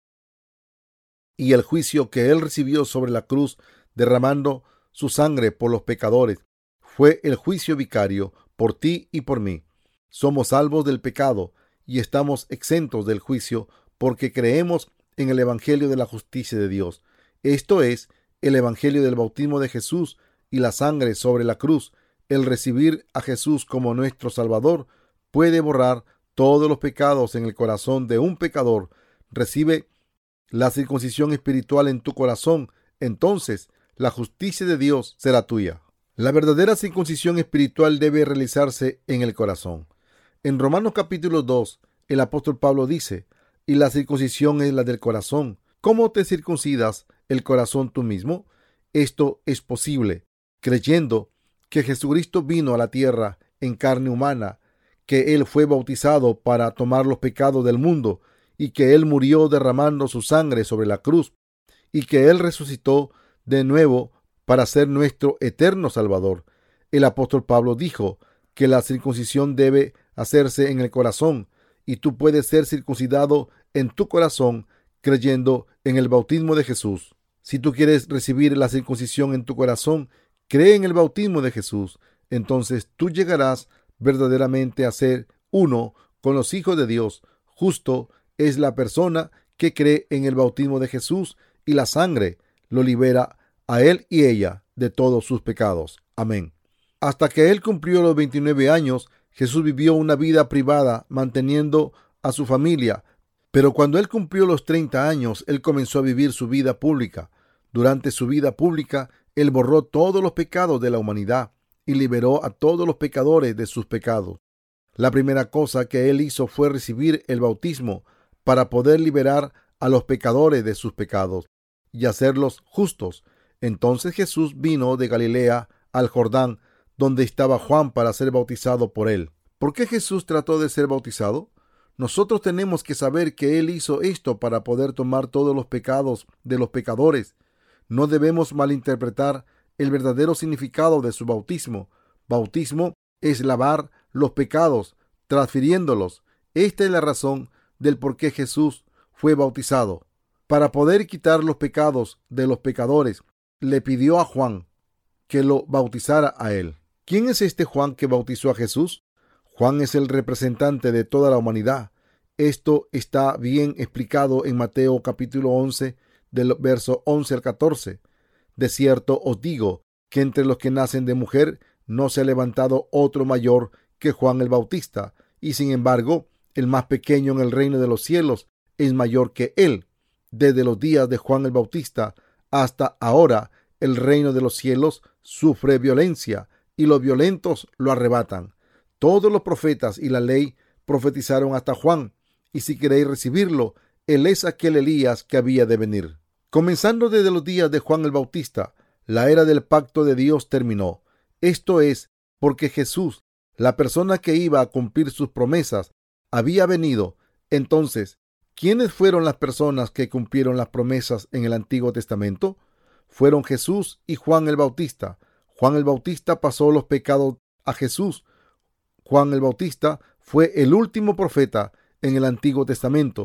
Y el juicio que él recibió sobre la cruz, derramando su sangre por los pecadores, fue el juicio vicario por ti y por mí. Somos salvos del pecado y estamos exentos del juicio porque creemos en el Evangelio de la justicia de Dios. Esto es, el Evangelio del bautismo de Jesús y la sangre sobre la cruz. El recibir a Jesús como nuestro Salvador puede borrar todos los pecados en el corazón de un pecador. Recibe la circuncisión espiritual en tu corazón, entonces la justicia de Dios será tuya. La verdadera circuncisión espiritual debe realizarse en el corazón. En Romanos capítulo dos, el apóstol Pablo dice: y la circuncisión es la del corazón. ¿Cómo te circuncidas el corazón tú mismo? Esto es posible creyendo que Jesucristo vino a la tierra en carne humana, que él fue bautizado para tomar los pecados del mundo y que él murió derramando su sangre sobre la cruz y que él resucitó de nuevo para ser nuestro eterno Salvador. El apóstol Pablo dijo que la circuncisión debe hacerse en el corazón y tú puedes ser circuncidado en tu corazón creyendo en el bautismo de Jesús. Si tú quieres recibir la circuncisión en tu corazón, cree en el bautismo de Jesús. Entonces tú llegarás verdaderamente a ser uno con los hijos de Dios. Justo es la persona que cree en el bautismo de Jesús y la sangre lo libera a él y ella de todos sus pecados. Amén. Hasta que él cumplió los veintinueve años, Jesús vivió una vida privada manteniendo a su familia. Pero cuando él cumplió los treinta años, él comenzó a vivir su vida pública. Durante su vida pública, él borró todos los pecados de la humanidad y liberó a todos los pecadores de sus pecados. La primera cosa que él hizo fue recibir el bautismo para poder liberar a los pecadores de sus pecados y hacerlos justos. Entonces Jesús vino de Galilea al Jordán, donde estaba Juan, para ser bautizado por él. ¿Por qué Jesús trató de ser bautizado? Nosotros tenemos que saber que él hizo esto para poder tomar todos los pecados de los pecadores. No debemos malinterpretar el verdadero significado de su bautismo. Bautismo es lavar los pecados, transfiriéndolos. Esta es la razón del por qué Jesús fue bautizado. Para poder quitar los pecados de los pecadores, le pidió a Juan que lo bautizara a él. ¿Quién es este Juan que bautizó a Jesús? Juan es el representante de toda la humanidad. Esto está bien explicado en Mateo capítulo once, del verso once al catorce. De cierto os digo que entre los que nacen de mujer no se ha levantado otro mayor que Juan el Bautista, y sin embargo el más pequeño en el reino de los cielos es mayor que él. Desde los días de Juan el Bautista hasta ahora el reino de los cielos sufre violencia y los violentos lo arrebatan. Todos los profetas y la ley profetizaron hasta Juan, y si queréis recibirlo, él es aquel Elías que había de venir. Comenzando desde los días de Juan el Bautista, la era del pacto de Dios terminó. Esto es porque Jesús, la persona que iba a cumplir sus promesas, había venido. Entonces, ¿quiénes fueron las personas que cumplieron las promesas en el Antiguo Testamento? Fueron Jesús y Juan el Bautista. Juan el Bautista pasó los pecados a Jesús. Juan el Bautista fue el último profeta en el Antiguo Testamento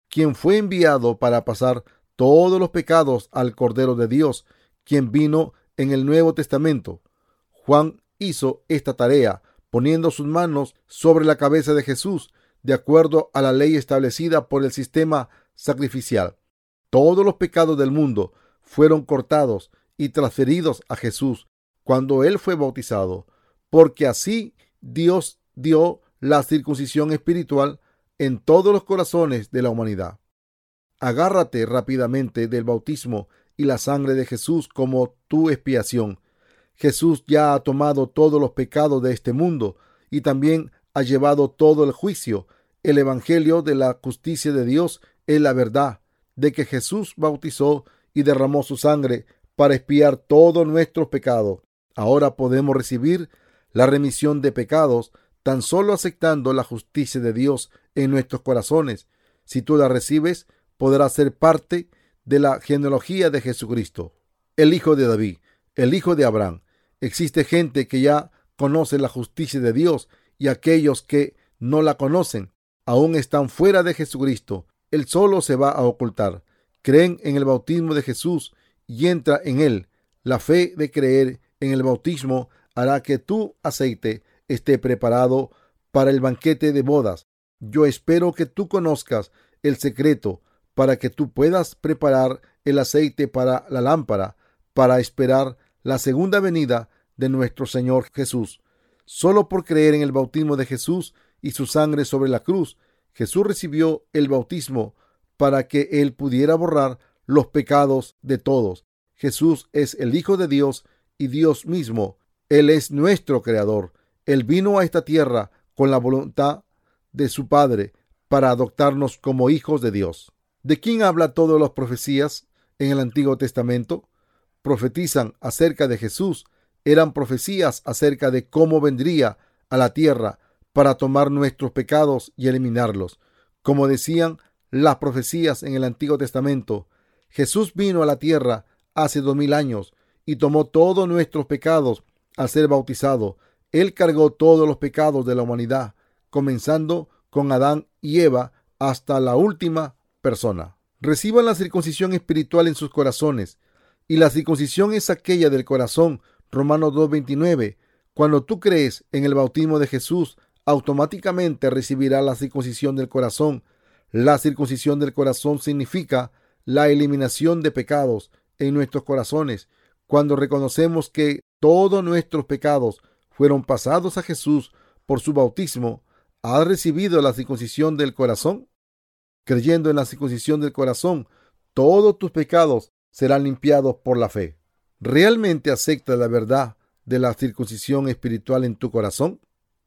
quien fue enviado para pasar todos los pecados al Cordero de Dios, quien vino en el Nuevo Testamento. Juan hizo esta tarea poniendo sus manos sobre la cabeza de Jesús, de acuerdo a la ley establecida por el sistema sacrificial. Todos los pecados del mundo fueron cortados y transferidos a Jesús cuando él fue bautizado, porque así Dios dio la circuncisión espiritual en todos los corazones de la humanidad. Agárrate rápidamente del bautismo y la sangre de Jesús como tu expiación. Jesús ya ha tomado todos los pecados de este mundo y también ha llevado todo el juicio. El evangelio de la justicia de Dios es la verdad de que Jesús bautizó y derramó su sangre para expiar todos nuestros pecados. Ahora podemos recibir la remisión de pecados tan solo aceptando la justicia de Dios en nuestros corazones. Si tú la recibes, podrás ser parte de la genealogía de Jesucristo, el hijo de David, el hijo de Abraham. Existe gente que ya conoce la justicia de Dios y aquellos que no la conocen aún están fuera de Jesucristo. Él solo se va a ocultar. Creen en el bautismo de Jesús y entra en él. La fe de creer en el bautismo hará que tu aceite esté preparado para el banquete de bodas. Yo espero que tú conozcas el secreto para que tú puedas preparar el aceite para la lámpara, para esperar la segunda venida de nuestro Señor Jesús. Solo por creer en el bautismo de Jesús y su sangre sobre la cruz, Jesús recibió el bautismo para que él pudiera borrar los pecados de todos. Jesús es el Hijo de Dios y Dios mismo. Él es nuestro Creador. Él vino a esta tierra con la voluntad de su Padre para adoptarnos como hijos de Dios. ¿De quién habla todas las profecías en el Antiguo Testamento? Profetizan acerca de Jesús. Eran profecías acerca de cómo vendría a la tierra para tomar nuestros pecados y eliminarlos. Como decían las profecías en el Antiguo Testamento, Jesús vino a la tierra hace dos mil años y tomó todos nuestros pecados al ser bautizado. Él cargó todos los pecados de la humanidad, comenzando con Adán y Eva hasta la última persona. Reciban la circuncisión espiritual en sus corazones, y la circuncisión es aquella del corazón. Romanos dos veintinueve. Cuando tú crees en el bautismo de Jesús, automáticamente recibirás la circuncisión del corazón. La circuncisión del corazón significa la eliminación de pecados en nuestros corazones. Cuando reconocemos que todos nuestros pecados fueron pasados a Jesús por su bautismo, ¿has recibido la circuncisión del corazón? Creyendo en la circuncisión del corazón, todos tus pecados serán limpiados por la fe. ¿Realmente aceptas la verdad de la circuncisión espiritual en tu corazón?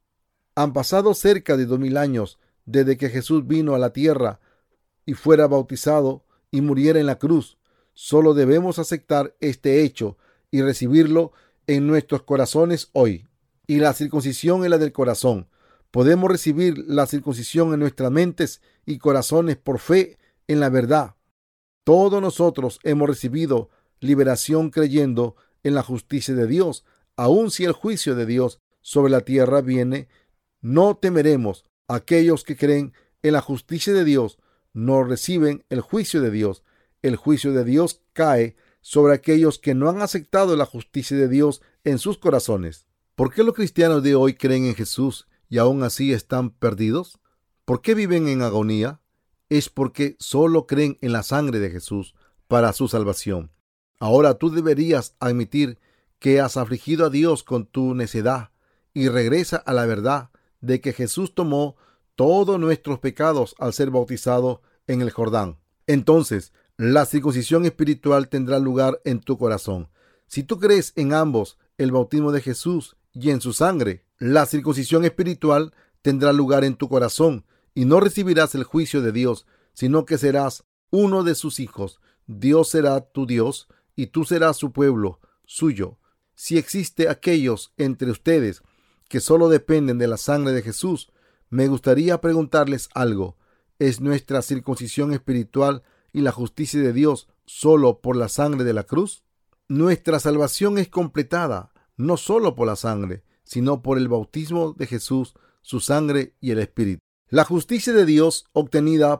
Han pasado cerca de dos mil años desde que Jesús vino a la tierra y fuera bautizado y muriera en la cruz. Solo debemos aceptar este hecho y recibirlo en nuestros corazones hoy. Y la circuncisión es la del corazón. Podemos recibir la circuncisión en nuestras mentes y corazones por fe en la verdad. Todos nosotros hemos recibido liberación creyendo en la justicia de Dios. Aun si el juicio de Dios sobre la tierra viene, no temeremos. Aquellos que creen en la justicia de Dios no reciben el juicio de Dios. El juicio de Dios cae sobre aquellos que no han aceptado la justicia de Dios en sus corazones. ¿Por qué los cristianos de hoy creen en Jesús y aún así están perdidos? ¿Por qué viven en agonía? Es porque solo creen en la sangre de Jesús para su salvación. Ahora tú deberías admitir que has afligido a Dios con tu necedad y regresa a la verdad de que Jesús tomó todos nuestros pecados al ser bautizado en el Jordán. Entonces, la circuncisión espiritual tendrá lugar en tu corazón. Si tú crees en ambos, el bautismo de Jesús y en su sangre, la circuncisión espiritual tendrá lugar en tu corazón y no recibirás el juicio de Dios, sino que serás uno de sus hijos. Dios será tu Dios y tú serás su pueblo, suyo. Si existe aquellos entre ustedes que solo dependen de la sangre de Jesús, me gustaría preguntarles algo. ¿Es nuestra circuncisión espiritual y la justicia de Dios solo por la sangre de la cruz? Nuestra salvación es completada no solo por la sangre, sino por el bautismo de Jesús, su sangre y el Espíritu. La justicia de Dios obtenida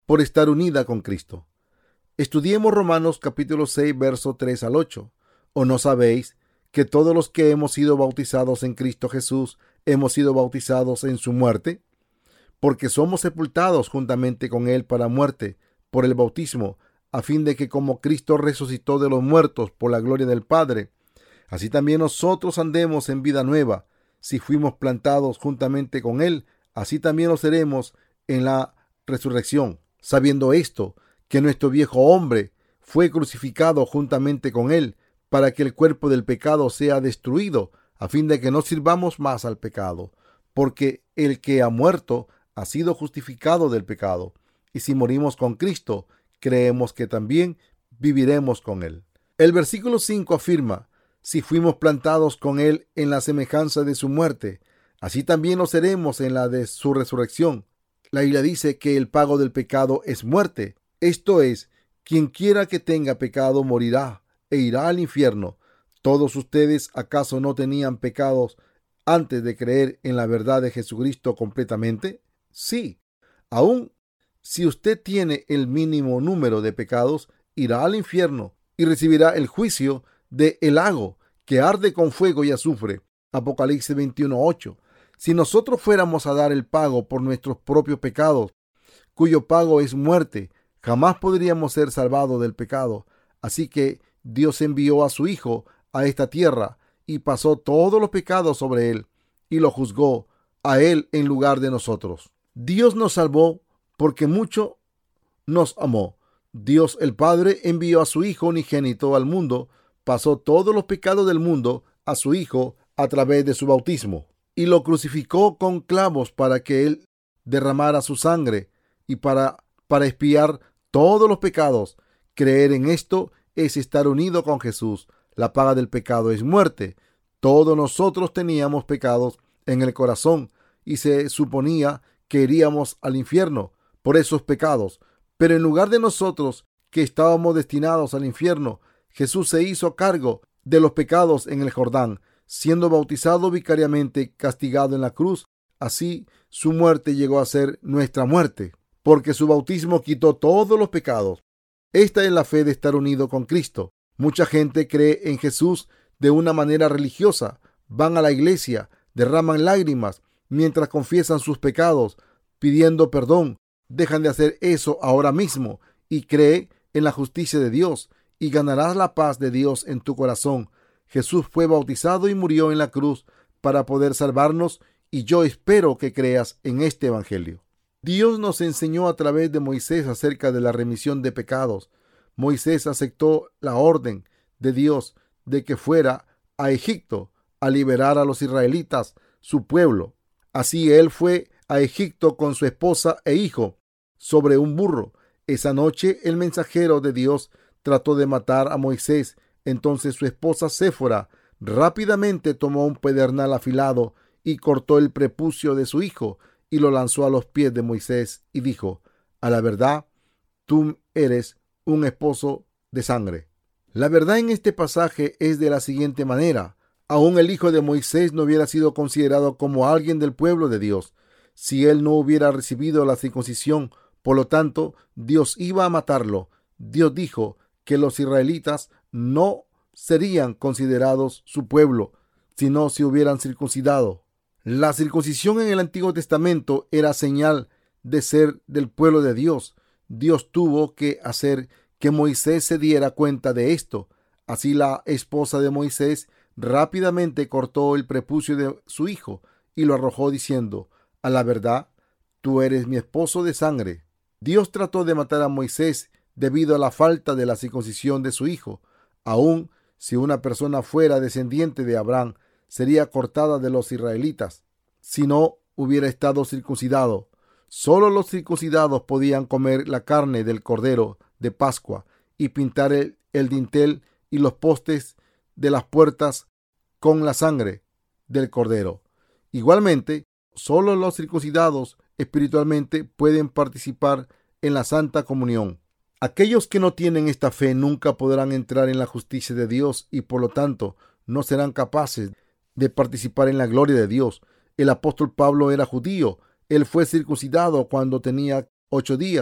por estar unida con Cristo. Estudiemos Romanos capítulo seis, verso tres al ocho. ¿O no sabéis que todos los que hemos sido bautizados en Cristo Jesús hemos sido bautizados en su muerte? Porque somos sepultados juntamente con él para muerte por el bautismo, a fin de que como Cristo resucitó de los muertos por la gloria del Padre, así también nosotros andemos en vida nueva. Si fuimos plantados juntamente con él, así también lo seremos en la resurrección. Sabiendo esto, que nuestro viejo hombre fue crucificado juntamente con él, para que el cuerpo del pecado sea destruido, a fin de que no sirvamos más al pecado. Porque el que ha muerto ha sido justificado del pecado. Y si morimos con Cristo, creemos que también viviremos con él. El versículo cinco afirma: si fuimos plantados con él en la semejanza de su muerte, así también lo seremos en la de su resurrección. La Biblia dice que el pago del pecado es muerte. Esto es, quien quiera que tenga pecado morirá e irá al infierno. ¿Todos ustedes acaso no tenían pecados antes de creer en la verdad de Jesucristo completamente? Sí. Aún si usted tiene el mínimo número de pecados, irá al infierno y recibirá el juicio de el lago que arde con fuego y azufre. Apocalipsis veintiuno, ocho. Si nosotros fuéramos a dar el pago por nuestros propios pecados, cuyo pago es muerte, jamás podríamos ser salvados del pecado. Así que Dios envió a su Hijo a esta tierra y pasó todos los pecados sobre él y lo juzgó a él en lugar de nosotros. Dios nos salvó porque mucho nos amó. Dios el Padre envió a su Hijo unigénito al mundo, pasó todos los pecados del mundo a su Hijo a través de su bautismo y lo crucificó con clavos para que él derramara su sangre y para, para expiar todos los pecados. Creer en esto es estar unido con Jesús. La paga del pecado es muerte. Todos nosotros teníamos pecados en el corazón y se suponía que iríamos al infierno por esos pecados. Pero en lugar de nosotros, que estábamos destinados al infierno, Jesús se hizo cargo de los pecados en el Jordán, siendo bautizado vicariamente, castigado en la cruz. Así su muerte llegó a ser nuestra muerte, porque su bautismo quitó todos los pecados. Esta es la fe de estar unido con Cristo. Mucha gente cree en Jesús de una manera religiosa. Van a la iglesia, derraman lágrimas mientras confiesan sus pecados, pidiendo perdón. Dejan de hacer eso ahora mismo y cree en la justicia de Dios y ganarás la paz de Dios en tu corazón. Jesús fue bautizado y murió en la cruz para poder salvarnos, y yo espero que creas en este evangelio. Dios nos enseñó a través de Moisés acerca de la remisión de pecados. Moisés aceptó la orden de Dios de que fuera a Egipto a liberar a los israelitas, su pueblo. Así él fue a Egipto con su esposa e hijo sobre un burro. Esa noche el mensajero de Dios trató de matar a Moisés. Entonces su esposa Séfora rápidamente tomó un pedernal afilado y cortó el prepucio de su hijo y lo lanzó a los pies de Moisés y dijo: a la verdad, tú eres un esposo de sangre. La verdad en este pasaje es de la siguiente manera: aún el hijo de Moisés no hubiera sido considerado como alguien del pueblo de Dios si él no hubiera recibido la circuncisión. Por lo tanto, Dios iba a matarlo. Dios dijo que los israelitas no serían considerados su pueblo, sino si hubieran circuncidado. La circuncisión en el Antiguo Testamento era señal de ser del pueblo de Dios. Dios tuvo que hacer que Moisés se diera cuenta de esto. Así la esposa de Moisés rápidamente cortó el prepucio de su hijo y lo arrojó diciendo: a la verdad, tú eres mi esposo de sangre. Dios trató de matar a Moisés debido a la falta de la circuncisión de su hijo. Aun si una persona fuera descendiente de Abraham, sería cortada de los israelitas si no hubiera estado circuncidado. Solo los circuncidados podían comer la carne del cordero de Pascua y pintar el, el dintel y los postes de las puertas con la sangre del cordero. Igualmente, solo los circuncidados espiritualmente pueden participar en la Santa Comunión. Aquellos que no tienen esta fe nunca podrán entrar en la justicia de Dios y por lo tanto no serán capaces de participar en la gloria de Dios. El apóstol Pablo era judío. Él fue circuncidado cuando tenía ocho días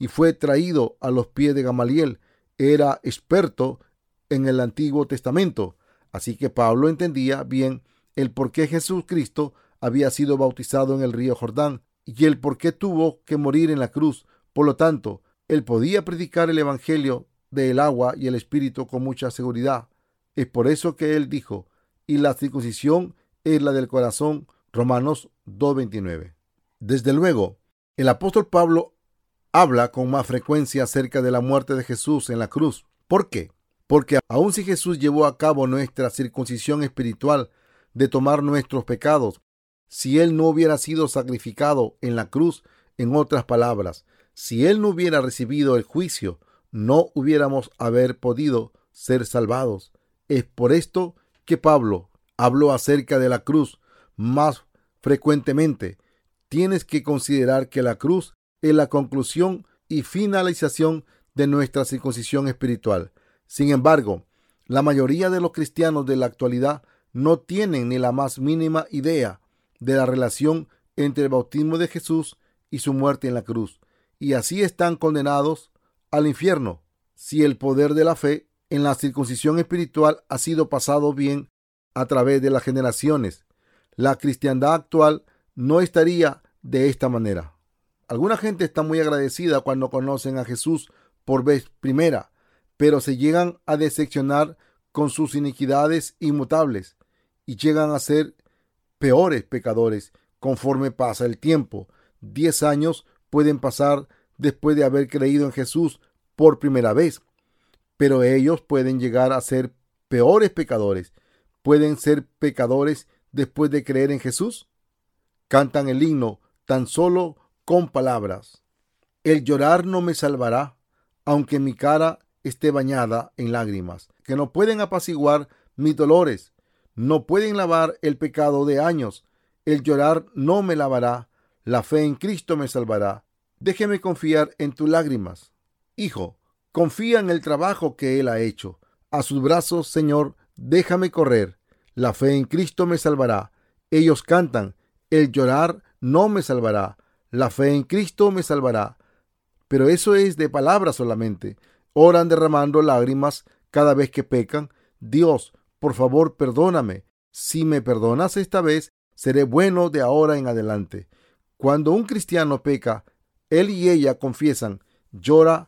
y fue traído a los pies de Gamaliel. Era experto en el Antiguo Testamento, así que Pablo entendía bien el por qué Jesucristo había sido bautizado en el río Jordán y el por qué tuvo que morir en la cruz. Por lo tanto, él podía predicar el evangelio del agua y el espíritu con mucha seguridad. Es por eso que él dijo, y la circuncisión es la del corazón, Romanos dos veintinueve. Desde luego, el apóstol Pablo habla con más frecuencia acerca de la muerte de Jesús en la cruz. ¿Por qué? Porque aun si Jesús llevó a cabo nuestra circuncisión espiritual de tomar nuestros pecados, si él no hubiera sido sacrificado en la cruz, en otras palabras, si él no hubiera recibido el juicio, no hubiéramos haber podido ser salvados. Es por esto que Pablo habló acerca de la cruz más frecuentemente. Tienes que considerar que la cruz es la conclusión y finalización de nuestra circuncisión espiritual. Sin embargo, la mayoría de los cristianos de la actualidad no tienen ni la más mínima idea de la relación entre el bautismo de Jesús y su muerte en la cruz, y así están condenados al infierno. Si el poder de la fe en la circuncisión espiritual ha sido pasado bien a través de las generaciones, la cristiandad actual no estaría de esta manera. Alguna gente está muy agradecida cuando conocen a Jesús por vez primera, pero se llegan a decepcionar con sus iniquidades inmutables y llegan a ser peores pecadores conforme pasa el tiempo. Diez años pueden pasar después de haber creído en Jesús por primera vez, pero ellos pueden llegar a ser peores pecadores. ¿Pueden ser pecadores después de creer en Jesús? Cantan el himno tan solo con palabras. El llorar no me salvará, aunque mi cara esté bañada en lágrimas, que no pueden apaciguar mis dolores, no pueden lavar el pecado de años. El llorar no me lavará, la fe en Cristo me salvará. Déjeme confiar en tus lágrimas. Hijo, confía en el trabajo que Él ha hecho. A sus brazos, Señor, déjame correr. La fe en Cristo me salvará. Ellos cantan, el llorar no me salvará, la fe en Cristo me salvará. Pero eso es de palabras solamente. Oran derramando lágrimas cada vez que pecan. Dios, por favor, perdóname. Si me perdonas esta vez, seré bueno de ahora en adelante. Cuando un cristiano peca, él y ella confiesan, llora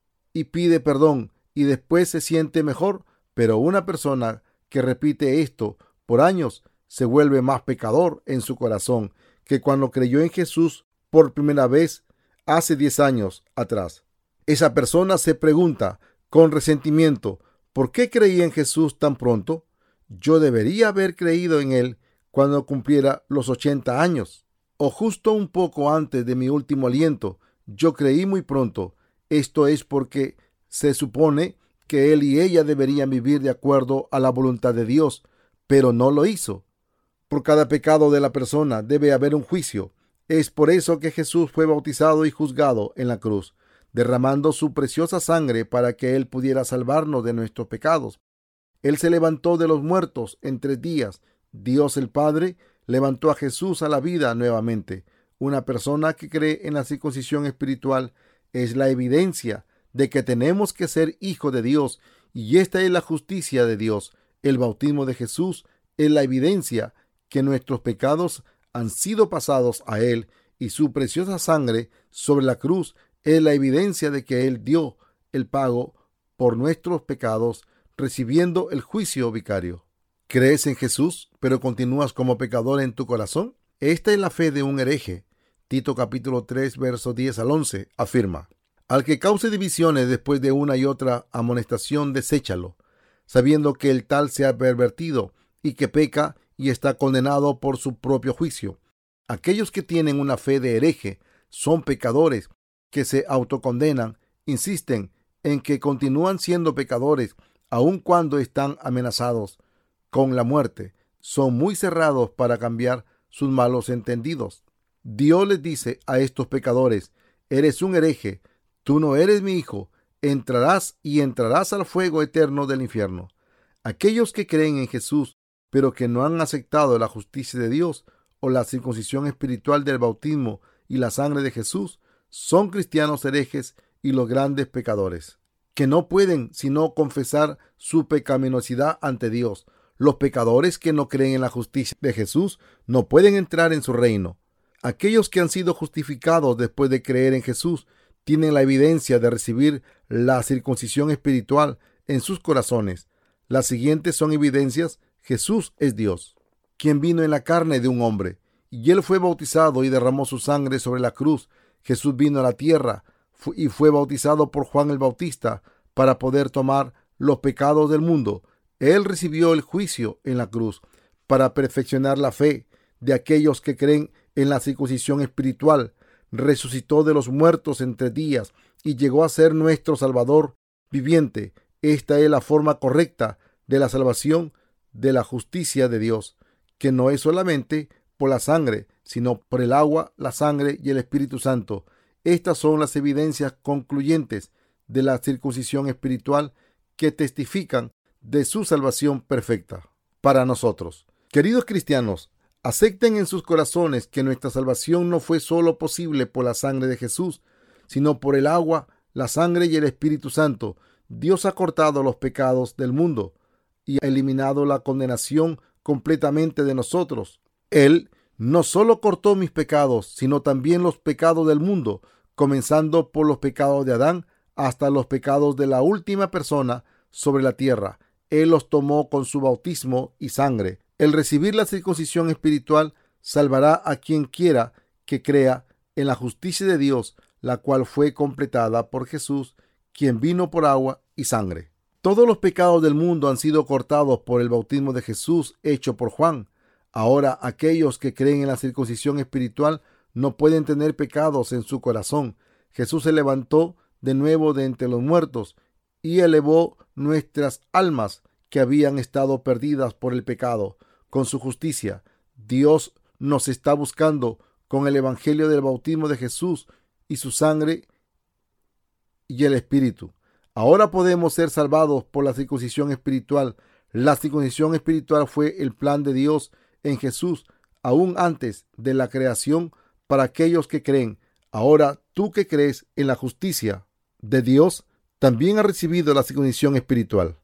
y pide perdón y después se siente mejor. Pero una persona que repite esto por años se vuelve más pecador en su corazón que cuando creyó en Jesús por primera vez hace diez años atrás. Esa persona se pregunta con resentimiento, ¿por qué creí en Jesús tan pronto? Yo debería haber creído en Él cuando cumpliera los ochenta años, o justo un poco antes de mi último aliento. Yo creí muy pronto. Esto es porque se supone que él y ella deberían vivir de acuerdo a la voluntad de Dios, pero no lo hizo. Por cada pecado de la persona debe haber un juicio. Es por eso que Jesús fue bautizado y juzgado en la cruz, derramando su preciosa sangre para que Él pudiera salvarnos de nuestros pecados. Él se levantó de los muertos en tres días. Dios el Padre levantó a Jesús a la vida nuevamente. Una persona que cree en la circuncisión espiritual es la evidencia de que tenemos que ser hijos de Dios, y esta es la justicia de Dios. El bautismo de Jesús es la evidencia que nuestros pecados han sido pasados a Él, y su preciosa sangre sobre la cruz es la evidencia de que Él dio el pago por nuestros pecados, recibiendo el juicio vicario. ¿Crees en Jesús, pero continúas como pecador en tu corazón? Esta es la fe de un hereje. Tito capítulo tres, versos diez al once, afirma: al que cause divisiones después de una y otra amonestación, deséchalo, sabiendo que el tal se ha pervertido y que peca y está condenado por su propio juicio. Aquellos que tienen una fe de hereje son pecadores que se autocondenan, insisten en que continúan siendo pecadores aun cuando están amenazados con la muerte. Son muy cerrados para cambiar sus malos entendidos. Dios les dice a estos pecadores: eres un hereje, tú no eres mi hijo, entrarás y entrarás al fuego eterno del infierno. Aquellos que creen en Jesús, pero que no han aceptado la justicia de Dios o la circuncisión espiritual del bautismo y la sangre de Jesús, son cristianos herejes y los grandes pecadores, que no pueden sino confesar su pecaminosidad ante Dios. Los pecadores que no creen en la justicia de Jesús no pueden entrar en su reino. Aquellos que han sido justificados después de creer en Jesús tienen la evidencia de recibir la circuncisión espiritual en sus corazones. Las siguientes son evidencias. Jesús es Dios, quien vino en la carne de un hombre, y él fue bautizado y derramó su sangre sobre la cruz. Jesús vino a la tierra y fue bautizado por Juan el Bautista para poder tomar los pecados del mundo. Él recibió el juicio en la cruz para perfeccionar la fe de aquellos que creen en la circuncisión espiritual. Resucitó de los muertos en tres días y llegó a ser nuestro Salvador viviente. Esta es la forma correcta de la salvación, de la justicia de Dios, que no es solamente por la sangre, sino por el agua, la sangre y el Espíritu Santo. Estas son las evidencias concluyentes de la circuncisión espiritual que testifican de su salvación perfecta para nosotros. Queridos cristianos, acepten en sus corazones que nuestra salvación no fue solo posible por la sangre de Jesús, sino por el agua, la sangre y el Espíritu Santo. Dios ha cortado los pecados del mundo y ha eliminado la condenación completamente de nosotros. Él no solo cortó mis pecados, sino también los pecados del mundo, comenzando por los pecados de Adán hasta los pecados de la última persona sobre la tierra. Él los tomó con su bautismo y sangre. El recibir la circuncisión espiritual salvará a quien quiera que crea en la justicia de Dios, la cual fue completada por Jesús, quien vino por agua y sangre. Todos los pecados del mundo han sido cortados por el bautismo de Jesús hecho por Juan. Ahora, aquellos que creen en la circuncisión espiritual no pueden tener pecados en su corazón. Jesús se levantó de nuevo de entre los muertos y elevó nuestras almas que habían estado perdidas por el pecado. Con su justicia, Dios nos está buscando con el evangelio del bautismo de Jesús y su sangre y el Espíritu. Ahora podemos ser salvados por la circuncisión espiritual. La circuncisión espiritual fue el plan de Dios en Jesús, aún antes de la creación, para aquellos que creen. Ahora, tú que crees en la justicia de Dios, también has recibido la circuncisión espiritual.